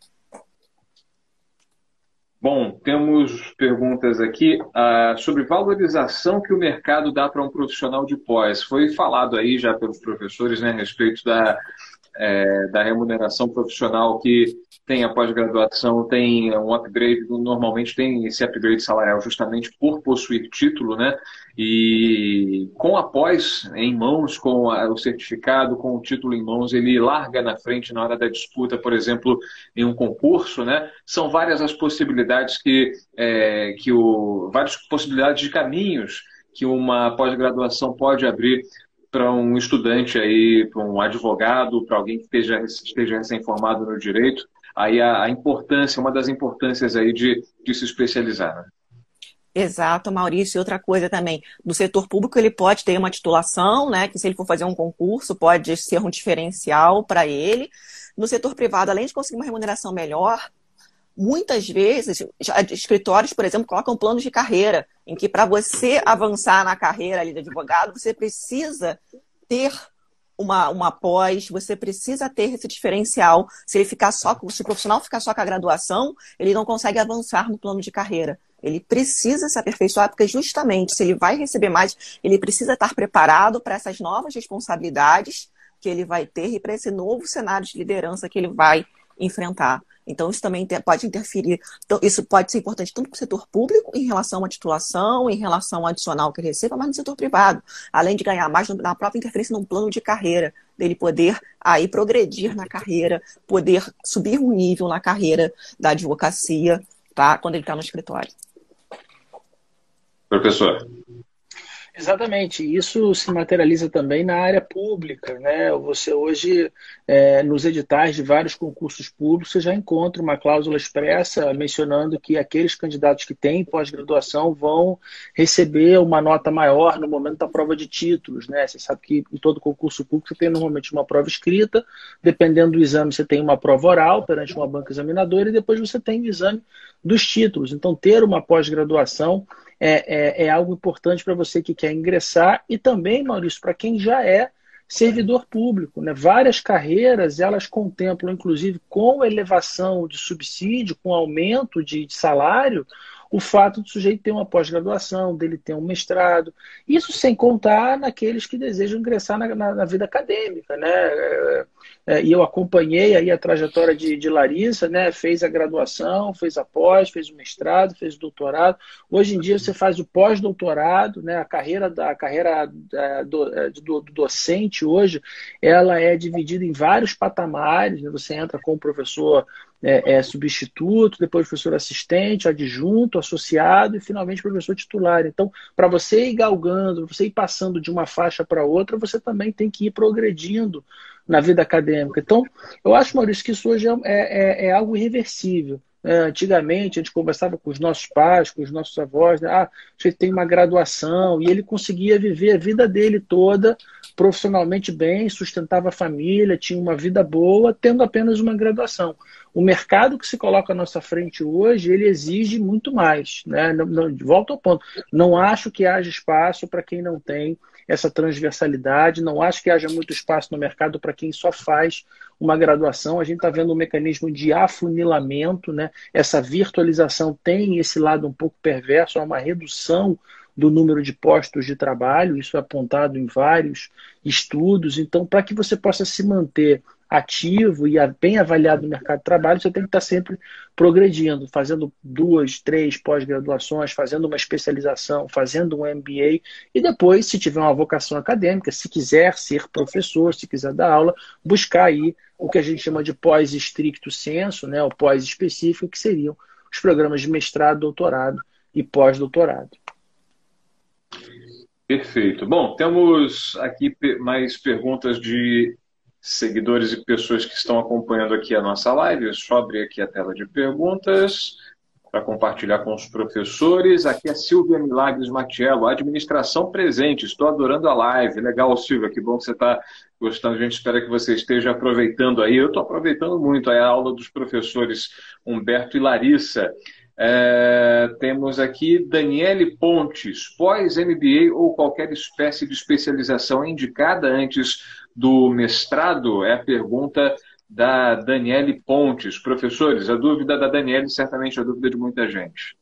Bom, temos perguntas aqui uh, sobre valorização que o mercado dá para um profissional de pós. Foi falado aí já pelos professores, né, a respeito da, é, da remuneração profissional que tem a pós-graduação, tem um upgrade, normalmente tem esse upgrade salarial justamente por possuir título, né? E com a pós em mãos, com a, o certificado, com o título em mãos, ele larga na frente na hora da disputa, por exemplo, em um concurso, né? São várias as possibilidades que, é, que o, várias possibilidades de caminhos que uma pós-graduação pode abrir para um estudante aí, para um advogado, para alguém que esteja, esteja recém-formado no direito. Aí a, a importância, uma das importâncias aí de, de se especializar, né? Exato, Maurício. E outra coisa também, no setor público ele pode ter uma titulação, né, que se ele for fazer um concurso pode ser um diferencial para ele. No setor privado, além de conseguir uma remuneração melhor, muitas vezes, escritórios, por exemplo, colocam planos de carreira, em que para você avançar na carreira ali de advogado, você precisa ter uma, uma pós, você precisa ter esse diferencial. Se ele ficar só, se o profissional ficar só com a graduação, ele não consegue avançar no plano de carreira. Ele precisa se aperfeiçoar, porque justamente se ele vai receber mais, ele precisa estar preparado para essas novas responsabilidades que ele vai ter e para esse novo cenário de liderança que ele vai enfrentar. Então, isso também pode interferir. Então, isso pode ser importante tanto para o setor público, em relação à titulação, em relação ao adicional que ele receba, mas no setor privado. Além de ganhar mais na própria interferência num plano de carreira, dele poder aí progredir na carreira, poder subir um nível na carreira da advocacia, tá? Quando ele está no escritório. Professor. Exatamente, isso se materializa também na área pública, né? Você hoje, é, nos editais de vários concursos públicos, você já encontra uma cláusula expressa mencionando que aqueles candidatos que têm pós-graduação vão receber uma nota maior no momento da prova de títulos, né? Você sabe que em todo concurso público você tem normalmente uma prova escrita, dependendo do exame você tem uma prova oral perante uma banca examinadora e depois você tem o exame dos títulos. Então, ter uma pós-graduação É, é, é algo importante para você que quer ingressar e também, Maurício, para quem já é servidor público, né? Várias carreiras, elas contemplam, inclusive, com elevação de subsídio, com aumento de, de salário, o fato do sujeito ter uma pós-graduação, dele ter um mestrado. Isso sem contar naqueles que desejam ingressar na, na, na vida acadêmica, né? É, é, e eu acompanhei aí a trajetória de, de Larissa, né? Fez a graduação, fez a pós, fez o mestrado, fez o doutorado. Hoje em dia você faz o pós-doutorado, né? A carreira, da, a carreira da, do, do, do docente hoje, ela é dividida em vários patamares, né? Você entra como professor É, é substituto, depois professor assistente, adjunto, associado e finalmente professor titular. Então, para você ir galgando, você ir passando de uma faixa para outra, você também tem que ir progredindo na vida acadêmica. Então, eu acho, Maurício, que isso hoje é, é, é algo irreversível. É, antigamente, a gente conversava com os nossos pais, com os nossos avós, né? Ah, você tem uma graduação, e ele conseguia viver a vida dele toda profissionalmente bem, sustentava a família, tinha uma vida boa, tendo apenas uma graduação. O mercado que se coloca à nossa frente hoje, ele exige muito mais, né? Não, não, volta ao ponto. Não acho que haja espaço para quem não tem essa transversalidade, não acho que haja muito espaço no mercado para quem só faz uma graduação. A gente está vendo um mecanismo de afunilamento, né? Essa virtualização tem esse lado um pouco perverso, é uma redução do número de postos de trabalho, isso é apontado em vários estudos. Então, para que você possa se manter ativo e bem avaliado no mercado de trabalho, você tem que estar sempre progredindo, fazendo duas, três pós-graduações, fazendo uma especialização, fazendo um M B A e depois, se tiver uma vocação acadêmica, se quiser ser professor, se quiser dar aula, buscar aí o que a gente chama de pós-stricto sensu, né, o pós-específico, que seriam os programas de mestrado, doutorado e pós-doutorado. Perfeito. Bom, temos aqui mais perguntas de seguidores e pessoas que estão acompanhando aqui a nossa live. Eu só abrir aqui a tela de perguntas para compartilhar com os professores. Aqui é Silvia Milagres Matiello, administração presente. Estou adorando a live. Legal, Silvia, que bom que você está gostando. A gente espera que você esteja aproveitando aí. Eu estou aproveitando muito a aula dos professores Humberto e Larissa. É, temos aqui Daniele Pontes, pós-M B A ou qualquer espécie de especialização é indicada antes do mestrado? É a pergunta da Daniele Pontes. Professores, a dúvida da Daniele certamente é a dúvida de muita gente.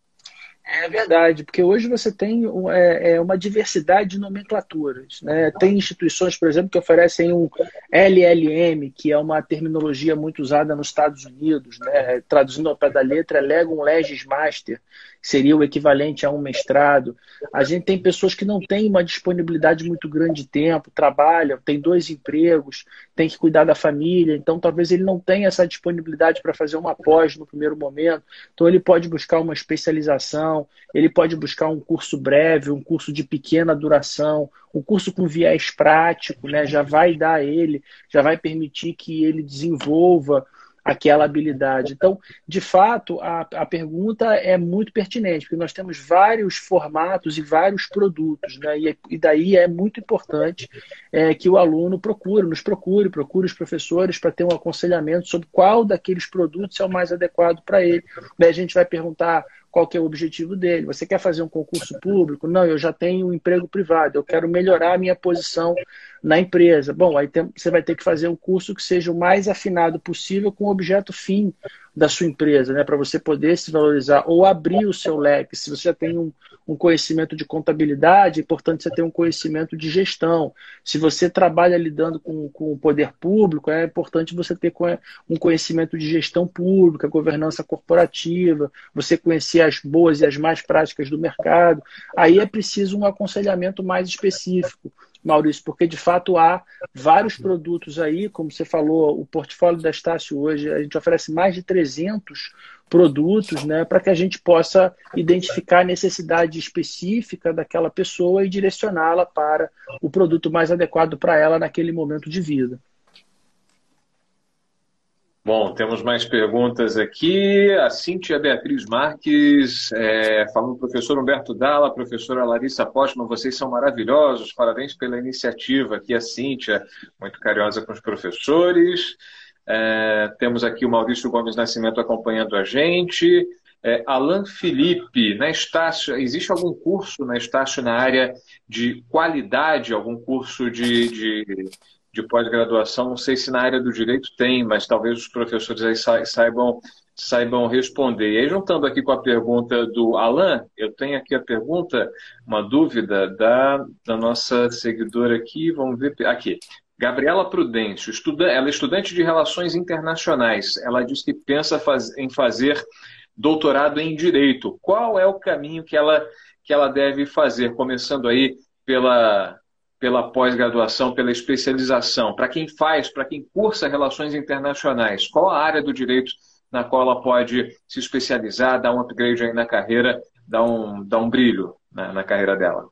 É verdade, porque hoje você tem é, uma diversidade de nomenclaturas, né? Tem instituições, por exemplo, que oferecem um L L M, que é uma terminologia muito usada nos Estados Unidos, né? Traduzindo ao pé da letra, é Legum Legis Master, que seria o equivalente a um mestrado. A gente tem pessoas que não têm uma disponibilidade muito grande de tempo, trabalham, tem dois empregos, tem que cuidar da família, então talvez ele não tenha essa disponibilidade para fazer uma pós no primeiro momento, então ele pode buscar uma especialização, ele pode buscar um curso breve, um curso de pequena duração, um curso com viés prático, né? Já vai dar a ele, já vai permitir que ele desenvolva aquela habilidade. Então, de fato, a, a pergunta é muito pertinente, porque nós temos vários formatos e vários produtos, né? E, e daí é muito importante é, que o aluno procure, nos procure, procure os professores para ter um aconselhamento sobre qual daqueles produtos é o mais adequado para ele. Daí a gente vai perguntar qual que é o objetivo dele. Você quer fazer um concurso público? Não, eu já tenho um emprego privado, eu quero melhorar a minha posição na empresa. Bom, aí tem, você vai ter que fazer um curso que seja o mais afinado possível com o objeto fim da sua empresa, né, para você poder se valorizar ou abrir o seu leque. Se você já tem um, um conhecimento de contabilidade, é importante você ter um conhecimento de gestão. Se você trabalha lidando com, com o poder público, é importante você ter um conhecimento de gestão pública, governança corporativa, você conhecer as boas e as más práticas do mercado. Aí é preciso um aconselhamento mais específico. Maurício, porque de fato há vários produtos aí, como você falou, o portfólio da Estácio hoje, a gente oferece mais de trezentos produtos, né, para que a gente possa identificar a necessidade específica daquela pessoa e direcioná-la para o produto mais adequado para ela naquele momento de vida. Bom, temos mais perguntas aqui. A Cíntia Beatriz Marques, é, falando professor Humberto Dalla, professora Larissa Postman, vocês são maravilhosos, parabéns pela iniciativa. Aqui a Cíntia, muito carinhosa com os professores. É, temos aqui o Maurício Gomes Nascimento acompanhando a gente. É, Alan Felipe, na Estácio, existe algum curso na Estácio na área de qualidade, algum curso de... de de pós-graduação, não sei se na área do direito tem, mas talvez os professores aí saibam, saibam responder. E aí, juntando aqui com a pergunta do Alan, eu tenho aqui a pergunta, uma dúvida da, da nossa seguidora aqui, vamos ver, aqui. Gabriela Prudêncio, estuda, ela é estudante de Relações Internacionais, ela diz que pensa faz, em fazer doutorado em Direito. Qual é o caminho que ela, que ela deve fazer, começando aí pela... pela pós-graduação, pela especialização, para quem faz, para quem cursa Relações Internacionais, qual a área do direito na qual ela pode se especializar, dar um upgrade aí na carreira, dar um, dar um brilho na, na carreira dela?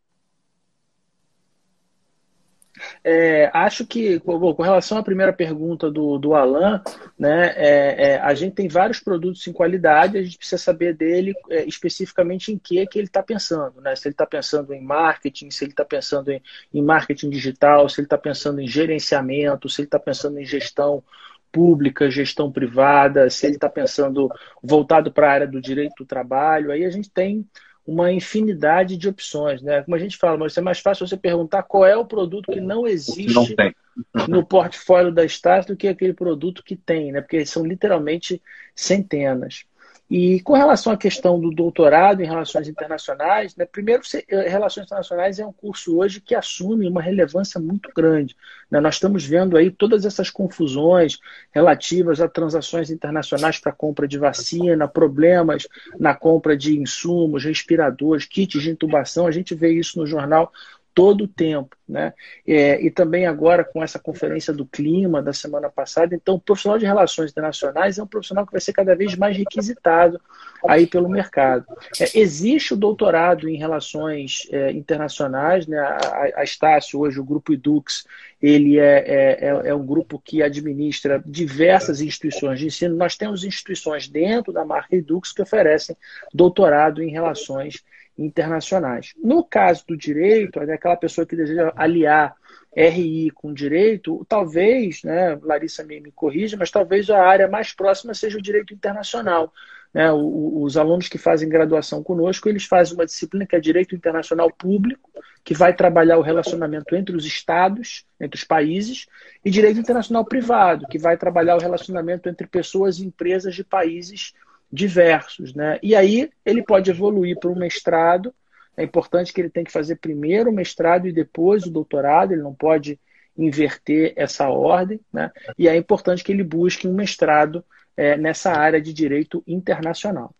É, acho que, bom, com relação à primeira pergunta do, do Alan, né, é, é, a gente tem vários produtos em qualidade, a gente precisa saber dele é, especificamente em que, que ele está pensando, né? Se ele está pensando em marketing, se ele está pensando em, em marketing digital, se ele está pensando em gerenciamento, se ele está pensando em gestão pública, gestão privada, se ele está pensando voltado para a área do direito do trabalho. Aí a gente tem uma infinidade de opções, né? Como a gente fala, mas é mais fácil você perguntar qual é o produto que não existe não tem. no portfólio da Estácio do que aquele produto que tem, né? Porque são literalmente centenas. E com relação à questão do doutorado em Relações Internacionais, né, primeiro, Relações Internacionais é um curso hoje que assume uma relevância muito grande, né? Nós estamos vendo aí todas essas confusões relativas a transações internacionais para compra de vacina, problemas na compra de insumos, respiradores, kits de intubação, a gente vê isso no jornal todo o tempo, né? É, e também agora com essa conferência do clima da semana passada. Então, o profissional de relações internacionais é um profissional que vai ser cada vez mais requisitado aí pelo mercado. É, existe o doutorado em relações é, internacionais, né? A, a Estácio, hoje, o grupo Edux, ele é, é, é um grupo que administra diversas instituições de ensino. Nós temos instituições dentro da marca Edux que oferecem doutorado em relações internacionais. No caso do direito, aquela pessoa que deseja aliar R I com direito, talvez, né, Larissa me, me corrija, mas talvez a área mais próxima seja o direito internacional. Né? O, os alunos que fazem graduação conosco, eles fazem uma disciplina que é Direito Internacional Público, que vai trabalhar o relacionamento entre os estados, entre os países, e Direito Internacional Privado, que vai trabalhar o relacionamento entre pessoas e empresas de países diversos, né? E aí ele pode evoluir para um mestrado. É importante que ele tenha que fazer primeiro o mestrado e depois o doutorado, ele não pode inverter essa ordem, né? E é importante que ele busque um mestrado é, nessa área de direito internacional.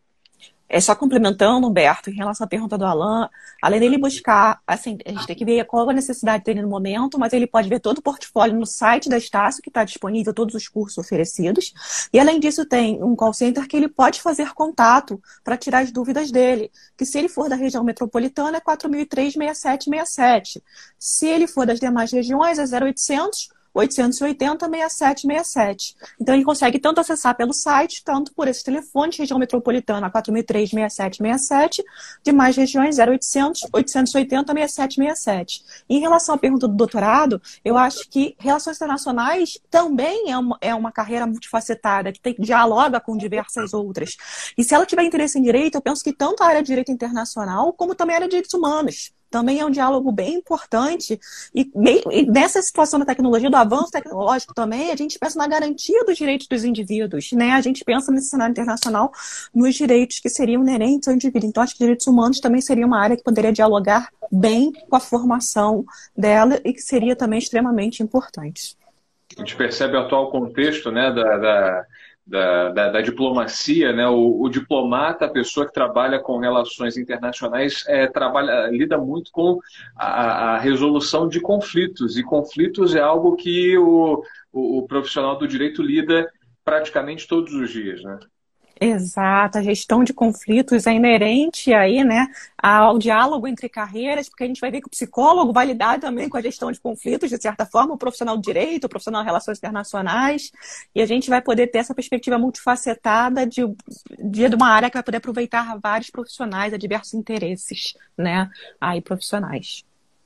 É só complementando, Humberto, em relação à pergunta do Alan, além dele buscar, assim, a gente tem que ver qual a necessidade dele no momento, mas ele pode ver todo o portfólio no site da Estácio, que está disponível, todos os cursos oferecidos. E, além disso, tem um call center que ele pode fazer contato para tirar as dúvidas dele, que se ele for da região metropolitana é quatro mil e três, sessenta e sete sessenta e sete. Se ele for das demais regiões é zero oitocentos, oitocentos e oitenta, sessenta e sete sessenta e sete. Então, ele consegue tanto acessar pelo site, tanto por esse telefone, de região metropolitana quatro mil e três, sessenta e sete sessenta e sete, demais regiões zero oitocentos, oitocentos e oitenta, sessenta e sete sessenta e sete. Em relação à pergunta do doutorado, eu acho que Relações Internacionais também é uma, é uma carreira multifacetada, que tem, dialoga com diversas outras. E se ela tiver interesse em direito, eu penso que tanto a área de direito internacional, como também a área de direitos humanos. Também é um diálogo bem importante. E, bem, e nessa situação da tecnologia, do avanço tecnológico também, a gente pensa na garantia dos direitos dos indivíduos, né? A gente pensa nesse cenário internacional nos direitos que seriam inerentes ao indivíduo. Então, acho que direitos humanos também seria uma área que poderia dialogar bem com a formação dela e que seria também extremamente importante. A gente percebe o atual contexto, né, da, da, da, da, da diplomacia, né? O, o diplomata, a pessoa que trabalha com relações internacionais, é, trabalha, lida muito com a, a resolução de conflitos, e conflitos é algo que o, o, o profissional do direito lida praticamente todos os dias, né? Exato, a gestão de conflitos é inerente aí, né, ao diálogo entre carreiras, porque a gente vai ver que o psicólogo vai lidar também com a gestão de conflitos, de certa forma, o profissional de direito, o profissional de relações internacionais, e a gente vai poder ter essa perspectiva multifacetada de, de, de uma área que vai poder aproveitar vários profissionais a diversos interesses, né, aí profissionais.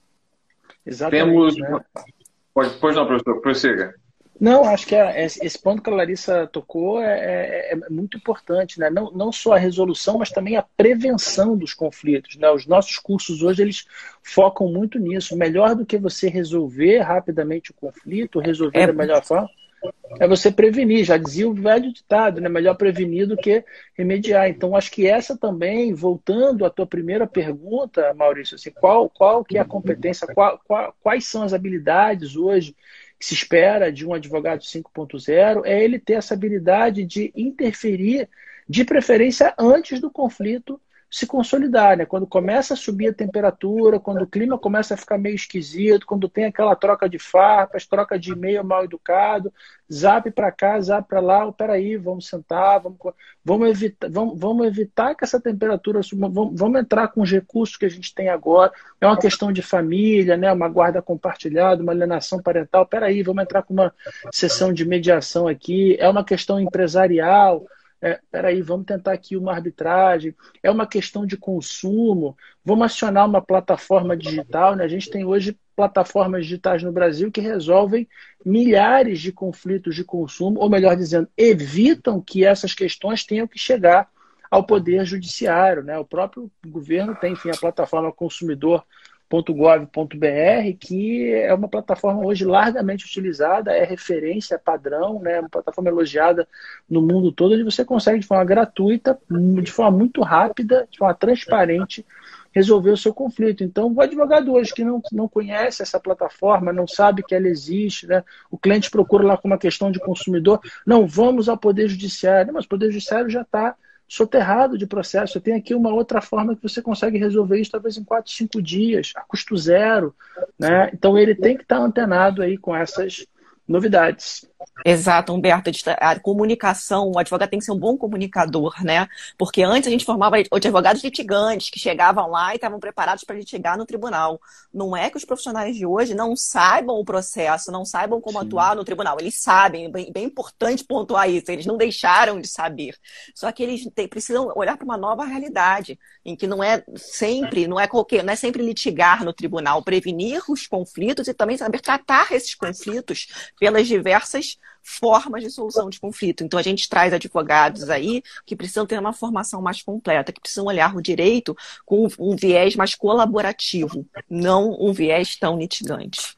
Exatamente. Temos... Né? Pois, pois não, professor, prossiga. Não, acho que é, esse ponto que a Larissa tocou é, é, é muito importante, né? Não, não só a resolução, mas também a prevenção dos conflitos, né? Os nossos cursos hoje, eles focam muito nisso. Melhor do que você resolver rapidamente o conflito, resolver é... da melhor forma, é você prevenir. Já dizia o velho ditado, né? Melhor prevenir do que remediar. Então, acho que essa também, voltando à tua primeira pergunta, Maurício, assim, qual, qual que é a competência, qual, qual, quais são as habilidades hoje que se espera de um advogado cinco ponto zero, é ele ter essa habilidade de interferir, de preferência antes do conflito se consolidar, né? Quando começa a subir a temperatura, quando o clima começa a ficar meio esquisito, quando tem aquela troca de farpas, troca de e-mail mal educado, zap para cá, zap para lá, oh, peraí, vamos sentar, vamos, vamos, evitar, vamos, vamos evitar que essa temperatura suba, vamos, vamos entrar com os recursos que a gente tem agora, é uma questão de família, né? Uma guarda compartilhada, uma alienação parental, peraí, vamos entrar com uma sessão de mediação aqui, é uma questão empresarial, É, peraí, vamos tentar aqui uma arbitragem, é uma questão de consumo, vamos acionar uma plataforma digital, né? A gente tem hoje plataformas digitais no Brasil que resolvem milhares de conflitos de consumo, ou melhor dizendo, evitam que essas questões tenham que chegar ao poder judiciário, né? O próprio governo tem, enfim, a plataforma consumidor ponto gov ponto br, que é uma plataforma hoje largamente utilizada, é referência, é padrão, né? Uma plataforma elogiada no mundo todo, onde você consegue de forma gratuita, de forma muito rápida, de forma transparente, resolver o seu conflito. Então, o advogado hoje que não, não conhece essa plataforma, não sabe que ela existe, né? O cliente procura lá com uma questão de consumidor, não, vamos ao Poder Judiciário, mas o Poder Judiciário já está soterrado de processo. Tem aqui uma outra forma que você consegue resolver isso talvez em quatro, cinco dias, a custo zero, né? Então ele tem que estar antenado aí com essas novidades. Exato, Humberto. A comunicação, o advogado tem que ser um bom comunicador, né? Porque antes a gente formava advogados litigantes que chegavam lá e estavam preparados para litigar no tribunal. Não é que os profissionais de hoje não saibam o processo, não saibam como Sim. atuar no tribunal. Eles sabem, é bem, bem importante pontuar isso, eles não deixaram de saber. Só que eles te, precisam olhar para uma nova realidade, em que não é sempre, não é qualquer, não é sempre litigar no tribunal, prevenir os conflitos e também saber tratar esses conflitos pelas diversas formas de solução de conflito. Então, a gente traz advogados aí que precisam ter uma formação mais completa, que precisam olhar o direito com um viés mais colaborativo, não um viés tão litigante.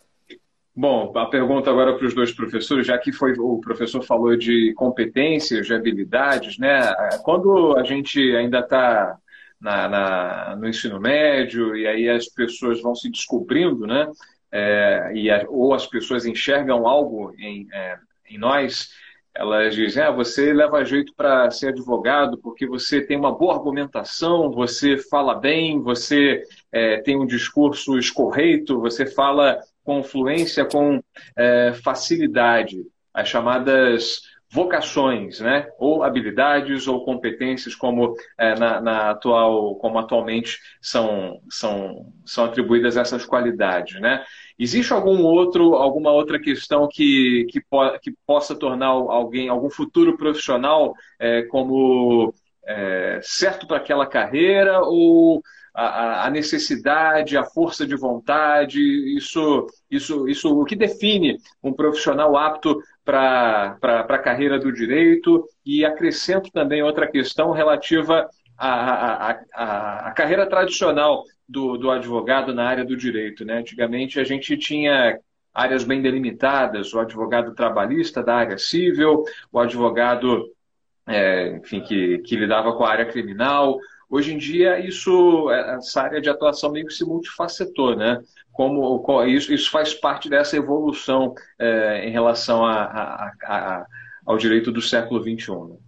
Bom, a pergunta agora para os dois professores, já que foi, o professor falou de competências, de habilidades, né? Quando a gente ainda está na, na, no ensino médio e aí as pessoas vão se descobrindo, né? É, e a, ou as pessoas enxergam algo em, é, em nós, elas dizem, ah, você leva jeito para ser advogado porque você tem uma boa argumentação, você fala bem, você é, tem um discurso escorreito, você fala com fluência, com é, facilidade, as chamadas vocações, né? Ou habilidades ou competências como, é, na, na atual, como atualmente são, são, são atribuídas a essas qualidades, né? Existe algum outro, alguma outra questão que, que, po que possa tornar alguém, algum futuro profissional é, como é, certo para aquela carreira, ou a, a necessidade, a força de vontade, isso, isso, isso o que define um profissional apto para a carreira do direito? E acrescento também outra questão relativa à, à, à, à carreira tradicional do, do advogado na área do direito, né? Antigamente a gente tinha áreas bem delimitadas, o advogado trabalhista da área civil, o advogado é, enfim, que, que lidava com a área criminal. Hoje em dia, isso, essa área de atuação meio que se multifacetou, né? Como, isso, isso faz parte dessa evolução é, em relação a, a, a, ao direito do século vinte e um. Né?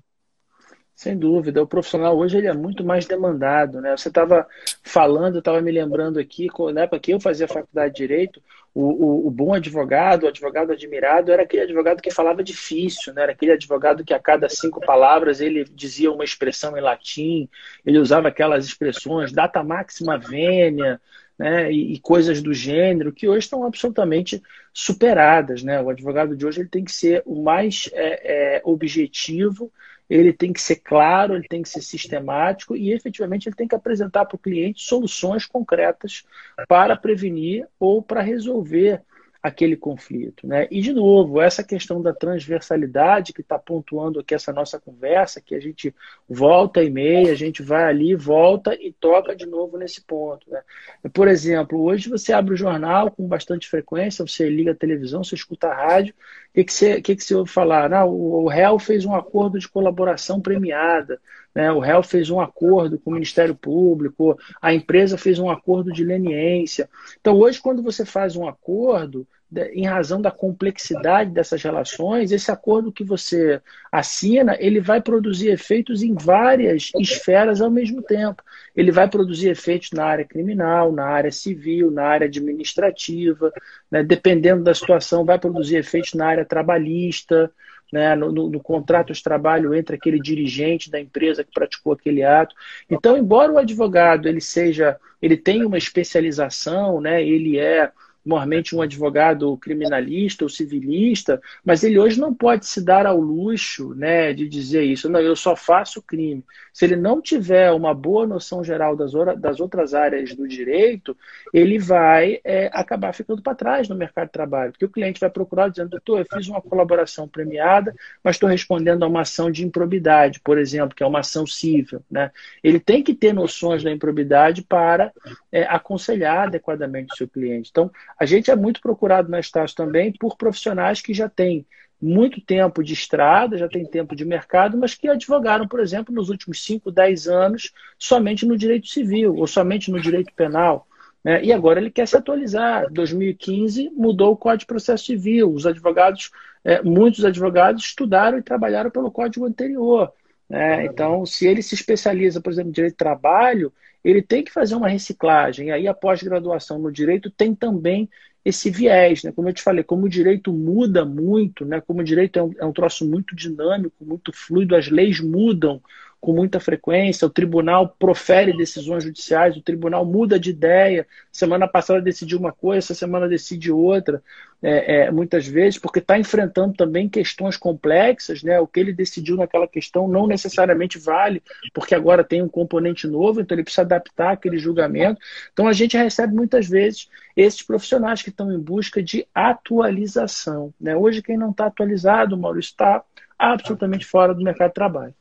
Sem dúvida, o profissional hoje ele é muito mais demandado, né? Você estava falando, eu estava me lembrando aqui, na época que eu fazia faculdade de Direito, o, o, o bom advogado, o advogado admirado, era aquele advogado que falava difícil, né? Era aquele advogado que a cada cinco palavras ele dizia uma expressão em latim, ele usava aquelas expressões, data máxima venia, né? E, e coisas do gênero, que hoje estão absolutamente superadas, né? O advogado de hoje ele tem que ser o mais é, é, objetivo, ele tem que ser claro, ele tem que ser sistemático e, efetivamente, ele tem que apresentar para o cliente soluções concretas para prevenir ou para resolver aquele conflito, né? E, de novo, essa questão da transversalidade que está pontuando aqui essa nossa conversa, que a gente volta e meia, a gente vai ali, volta e toca de novo nesse ponto, né? Por exemplo, hoje você abre o jornal com bastante frequência, você liga a televisão, você escuta a rádio, o que, que, você, que, que você ouve falar? Não, o, o réu fez um acordo de colaboração premiada, né? O réu fez um acordo com o Ministério Público, a empresa fez um acordo de leniência. Então, hoje, quando você faz um acordo, em razão da complexidade dessas relações, esse acordo que você assina, ele vai produzir efeitos em várias esferas ao mesmo tempo. Ele vai produzir efeitos na área criminal, na área civil, na área administrativa, né? Dependendo da situação, vai produzir efeitos na área trabalhista, né? no, no, no contrato de trabalho entre aquele dirigente da empresa que praticou aquele ato. Então, embora o advogado ele seja, ele tenha uma especialização, né? Ele é normalmente um advogado criminalista ou civilista, mas ele hoje não pode se dar ao luxo, né, de dizer isso, não, eu só faço crime. Se ele não tiver uma boa noção geral das, das outras áreas do direito, ele vai é, acabar ficando para trás no mercado de trabalho, porque o cliente vai procurar dizendo, doutor, eu fiz uma colaboração premiada, mas estou respondendo a uma ação de improbidade, por exemplo, que é uma ação civil, né? Ele tem que ter noções da improbidade para é, aconselhar adequadamente o seu cliente. Então, a gente é muito procurado na Estácio também por profissionais que já têm muito tempo de estrada, já têm tempo de mercado, mas que advogaram, por exemplo, nos últimos cinco, dez anos, somente no direito civil ou somente no direito penal, né? E agora ele quer se atualizar. Em dois mil e quinze mudou o Código de Processo Civil. Os advogados, é, muitos advogados estudaram e trabalharam pelo código anterior, né? Então, se ele se especializa, por exemplo, em direito de trabalho, ele tem que fazer uma reciclagem. E aí a pós-graduação no direito tem também esse viés, né? Como eu te falei, como o direito muda muito, né? Como o direito é um, é um troço muito dinâmico, muito fluido, as leis mudam com muita frequência, o tribunal profere decisões judiciais, o tribunal muda de ideia, semana passada decidiu uma coisa, essa semana decide outra, é, é, muitas vezes, porque está enfrentando também questões complexas, né? O que ele decidiu naquela questão não necessariamente vale, porque agora tem um componente novo, então ele precisa adaptar aquele julgamento. Então a gente recebe muitas vezes esses profissionais que estão em busca de atualização, né? Hoje quem não está atualizado, Maurício, está absolutamente fora do mercado de trabalho.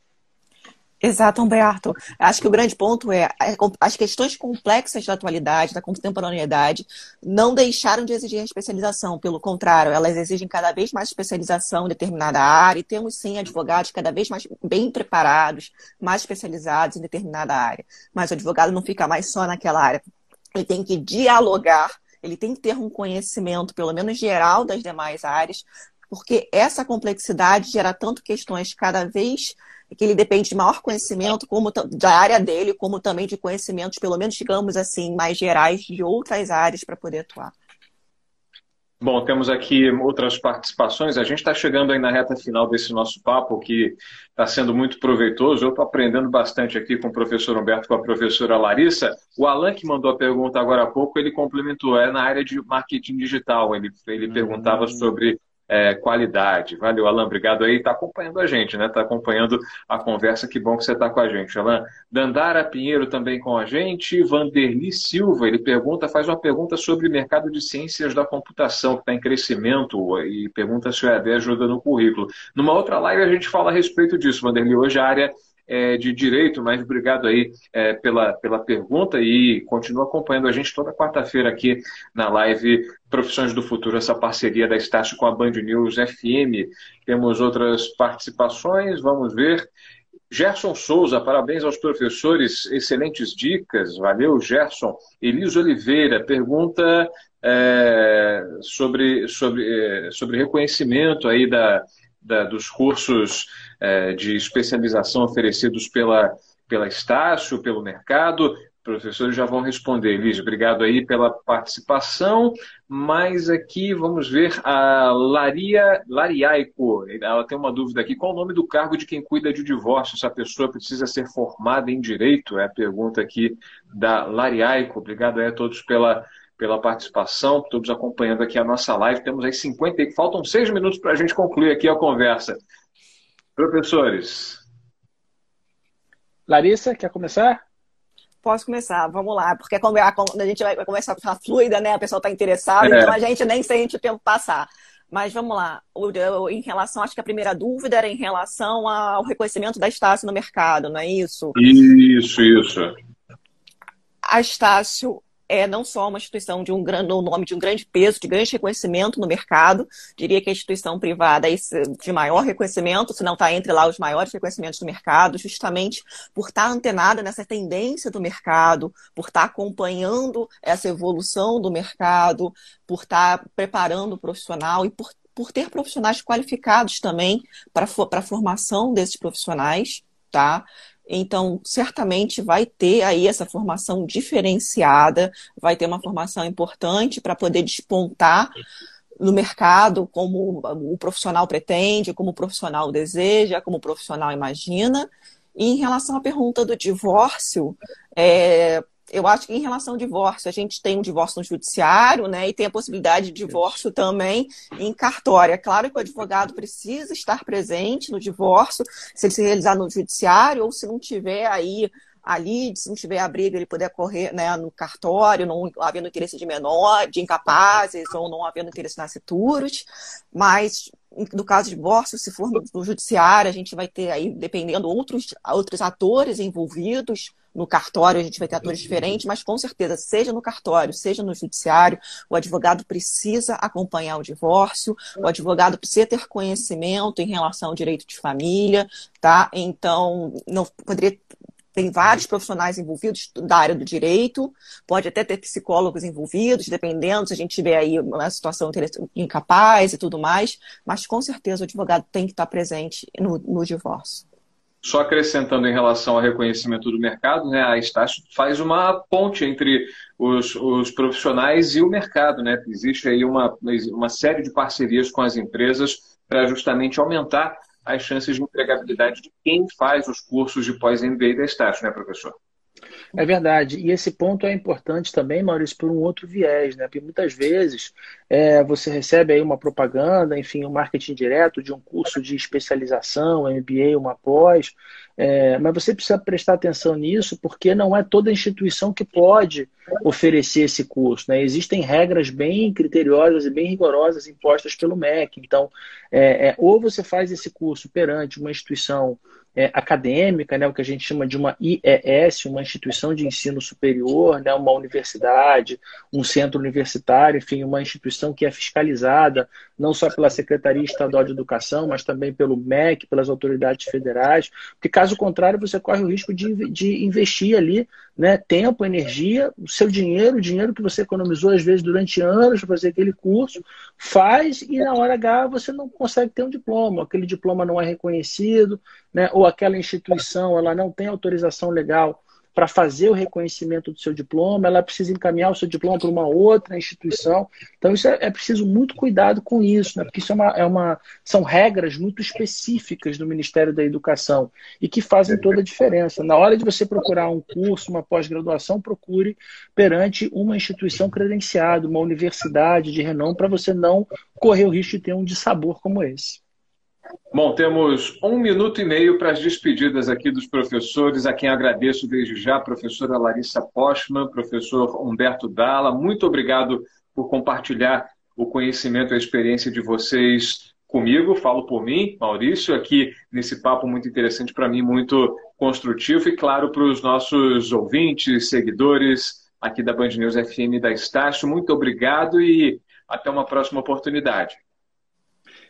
Exato, Humberto. Acho que o grande ponto é as questões complexas da atualidade, da contemporaneidade, não deixaram de exigir a especialização. Pelo contrário, elas exigem cada vez mais especialização em determinada área e temos, sim, advogados cada vez mais bem preparados, mais especializados em determinada área. Mas o advogado não fica mais só naquela área. Ele tem que dialogar, ele tem que ter um conhecimento, pelo menos geral, das demais áreas, porque essa complexidade gera tanto questões cada vez que ele depende de maior conhecimento como da área dele, como também de conhecimentos, pelo menos, digamos assim, mais gerais de outras áreas para poder atuar. Bom, temos aqui outras participações. A gente está chegando aí na reta final desse nosso papo, que está sendo muito proveitoso. Eu estou aprendendo bastante aqui com o professor Humberto, com a professora Larissa. O Alan, que mandou a pergunta agora há pouco, ele complementou. É na área de marketing digital. Ele, ele uhum. perguntava sobre É, qualidade. Valeu, Alan, obrigado aí. Está acompanhando a gente, né? Está acompanhando a conversa. Que bom que você está com a gente, Alan. Dandara Pinheiro também com a gente. Vanderli Silva, ele pergunta, faz uma pergunta sobre o mercado de ciências da computação, que está em crescimento, e pergunta se o E A D ajuda no currículo. Numa outra live a gente fala a respeito disso, Vanderli. Hoje a área é de direito, mas obrigado aí é, pela, pela pergunta e continua acompanhando a gente toda quarta-feira aqui na live Profissões do Futuro, essa parceria da Estácio com a Band News F M. Temos outras participações, vamos ver. Gerson Souza, parabéns aos professores, excelentes dicas, valeu, Gerson. Elis Oliveira pergunta é, sobre, sobre, é, sobre reconhecimento aí da da, dos cursos é, de especialização oferecidos pela, pela Estácio, pelo mercado. Professores já vão responder. Liz, obrigado aí pela participação. Mas aqui vamos ver a Laria, Lariaico. Ela tem uma dúvida aqui. Qual o nome do cargo de quem cuida de divórcio? Essa pessoa precisa ser formada em direito? É a pergunta aqui da Lariaico. Obrigado aí a todos pela, pela participação, todos acompanhando aqui a nossa live. Temos aí cinquenta, faltam seis minutos para a gente concluir aqui a conversa. Professores. Larissa, quer começar? Posso começar, vamos lá, porque quando a gente vai começar a ficar fluida, né? A pessoa está interessada, é. Então a gente nem sente o tempo passar. Mas vamos lá, em relação, acho que a primeira dúvida era em relação ao reconhecimento da Estácio no mercado, não é isso? Isso, isso. A Estácio é não só uma instituição de um grande, um nome de um grande peso, de grande reconhecimento no mercado, diria que a instituição privada é de maior reconhecimento, se não está entre lá os maiores reconhecimentos do mercado, justamente por estar antenada nessa tendência do mercado, por estar acompanhando essa evolução do mercado, por estar preparando o profissional e por, por ter profissionais qualificados também para a formação desses profissionais, tá? Então, certamente vai ter aí essa formação diferenciada, vai ter uma formação importante para poder despontar no mercado como o profissional pretende, como o profissional deseja, como o profissional imagina. E em relação à pergunta do divórcio, é, eu acho que em relação ao divórcio, a gente tem um divórcio no judiciário, né, e tem a possibilidade de divórcio também em cartório. É claro que o advogado precisa estar presente no divórcio, se ele se realizar no judiciário, ou se não tiver aí ali, se não tiver a briga, ele poder correr, né, no cartório, não havendo interesse de menor, de incapazes, ou não havendo interesse nascituros. Mas no caso de divórcio, se for no judiciário, a gente vai ter aí, dependendo, outros, outros atores envolvidos. No cartório a gente vai ter atores diferentes, mas com certeza, seja no cartório, seja no judiciário, o advogado precisa acompanhar o divórcio, o advogado precisa ter conhecimento em relação ao direito de família, tá? Então, não poderia... Tem vários profissionais envolvidos da área do direito, pode até ter psicólogos envolvidos, dependendo se a gente tiver aí uma situação incapaz e tudo mais, mas com certeza o advogado tem que estar presente no, no divórcio. Só acrescentando em relação ao reconhecimento do mercado, né, a Estácio faz uma ponte entre os, os profissionais e o mercado, né? Existe aí uma, uma série de parcerias com as empresas para justamente aumentar as chances de empregabilidade de quem faz os cursos de pós-M B A da Estácio, né, professor? É verdade. E esse ponto é importante também, Maurício, por um outro viés, né? Porque muitas vezes é, você recebe aí uma propaganda, enfim, um marketing direto de um curso de especialização, M B A, uma pós, é, mas você precisa prestar atenção nisso, porque não é toda instituição que pode oferecer esse curso, né? Existem regras bem criteriosas e bem rigorosas impostas pelo M E C. Então, é, é, ou você faz esse curso perante uma instituição É, acadêmica, né, o que a gente chama de uma I E S, uma instituição de ensino superior, né, uma universidade, um centro universitário, enfim, uma instituição que é fiscalizada não só pela Secretaria Estadual de Educação, mas também pelo M E C, pelas autoridades federais, porque caso contrário você corre o risco de, de investir ali, né, tempo, energia, o seu dinheiro, o dinheiro que você economizou às vezes durante anos para fazer aquele curso, faz e na hora H você não consegue ter um diploma, aquele diploma não é reconhecido, né, ou aquela instituição ela não tem autorização legal para fazer o reconhecimento do seu diploma, ela precisa encaminhar o seu diploma para uma outra instituição. Então, isso é, é preciso muito cuidado com isso, né? Porque isso é uma, é uma, são regras muito específicas do Ministério da Educação e que fazem toda a diferença. Na hora de você procurar um curso, uma pós-graduação, procure perante uma instituição credenciada, uma universidade de renome, para você não correr o risco de ter um dissabor como esse. Bom, temos um minuto e meio para as despedidas aqui dos professores, a quem agradeço desde já, professora Larissa Postman, professor Humberto Dalla. Muito obrigado por compartilhar o conhecimento e a experiência de vocês comigo. Falo por mim, Maurício, aqui nesse papo muito interessante para mim, muito construtivo e, claro, para os nossos ouvintes, seguidores aqui da Band News F M da Estácio. Muito obrigado e até uma próxima oportunidade.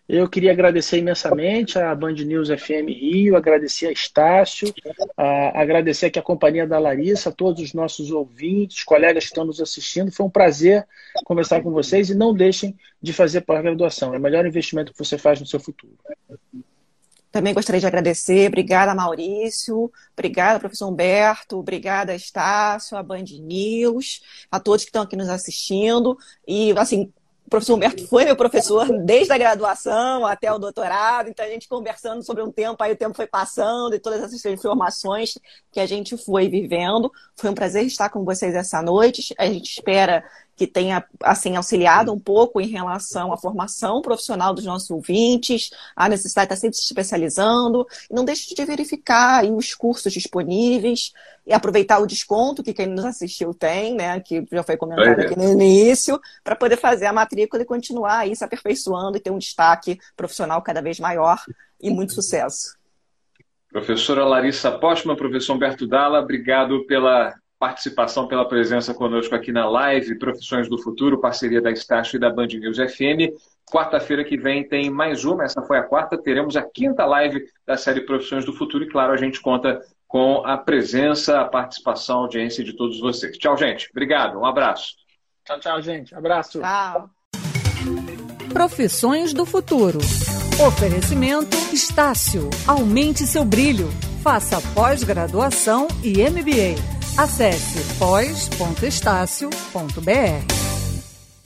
Eu queria agradecer imensamente a Band News F M Rio, agradecer a Estácio, a, agradecer aqui a companhia da Larissa, a todos os nossos ouvintes, colegas que estão nos assistindo. Foi um prazer conversar com vocês e não deixem de fazer pós-graduação. É o melhor investimento que você faz no seu futuro. Também gostaria de agradecer. Obrigada, Maurício. Obrigada, professor Humberto. Obrigada, Estácio, a Band News, a todos que estão aqui nos assistindo. E, assim, o professor Humberto foi meu professor desde a graduação até o doutorado, então a gente conversando sobre um tempo, aí o tempo foi passando e todas essas informações que a gente foi vivendo. Foi um prazer estar com vocês essa noite. A gente espera que tenha, assim, auxiliado um pouco em relação à formação profissional dos nossos ouvintes, a necessidade de estar sempre se especializando. E não deixe de verificar aí os cursos disponíveis e aproveitar o desconto que quem nos assistiu tem, né, que já foi comentado aqui no início, para poder fazer a matrícula e continuar aí se aperfeiçoando e ter um destaque profissional cada vez maior e muito sucesso. Professora Larissa Postman, professor Humberto Dalla, obrigado pela participação, pela presença conosco aqui na live Profissões do Futuro, parceria da Estácio e da Band News F M. Quarta-feira que vem tem mais uma, essa foi a quarta, teremos a quinta live da série Profissões do Futuro e, claro, a gente conta com a presença, a participação, a audiência de todos vocês. Tchau, gente. Obrigado. Um abraço. Tchau, tchau, gente. Abraço. Tchau. Profissões do Futuro. Oferecimento Estácio. Aumente seu brilho. Faça pós-graduação e M B A. Acesse pós ponto estácio ponto b r.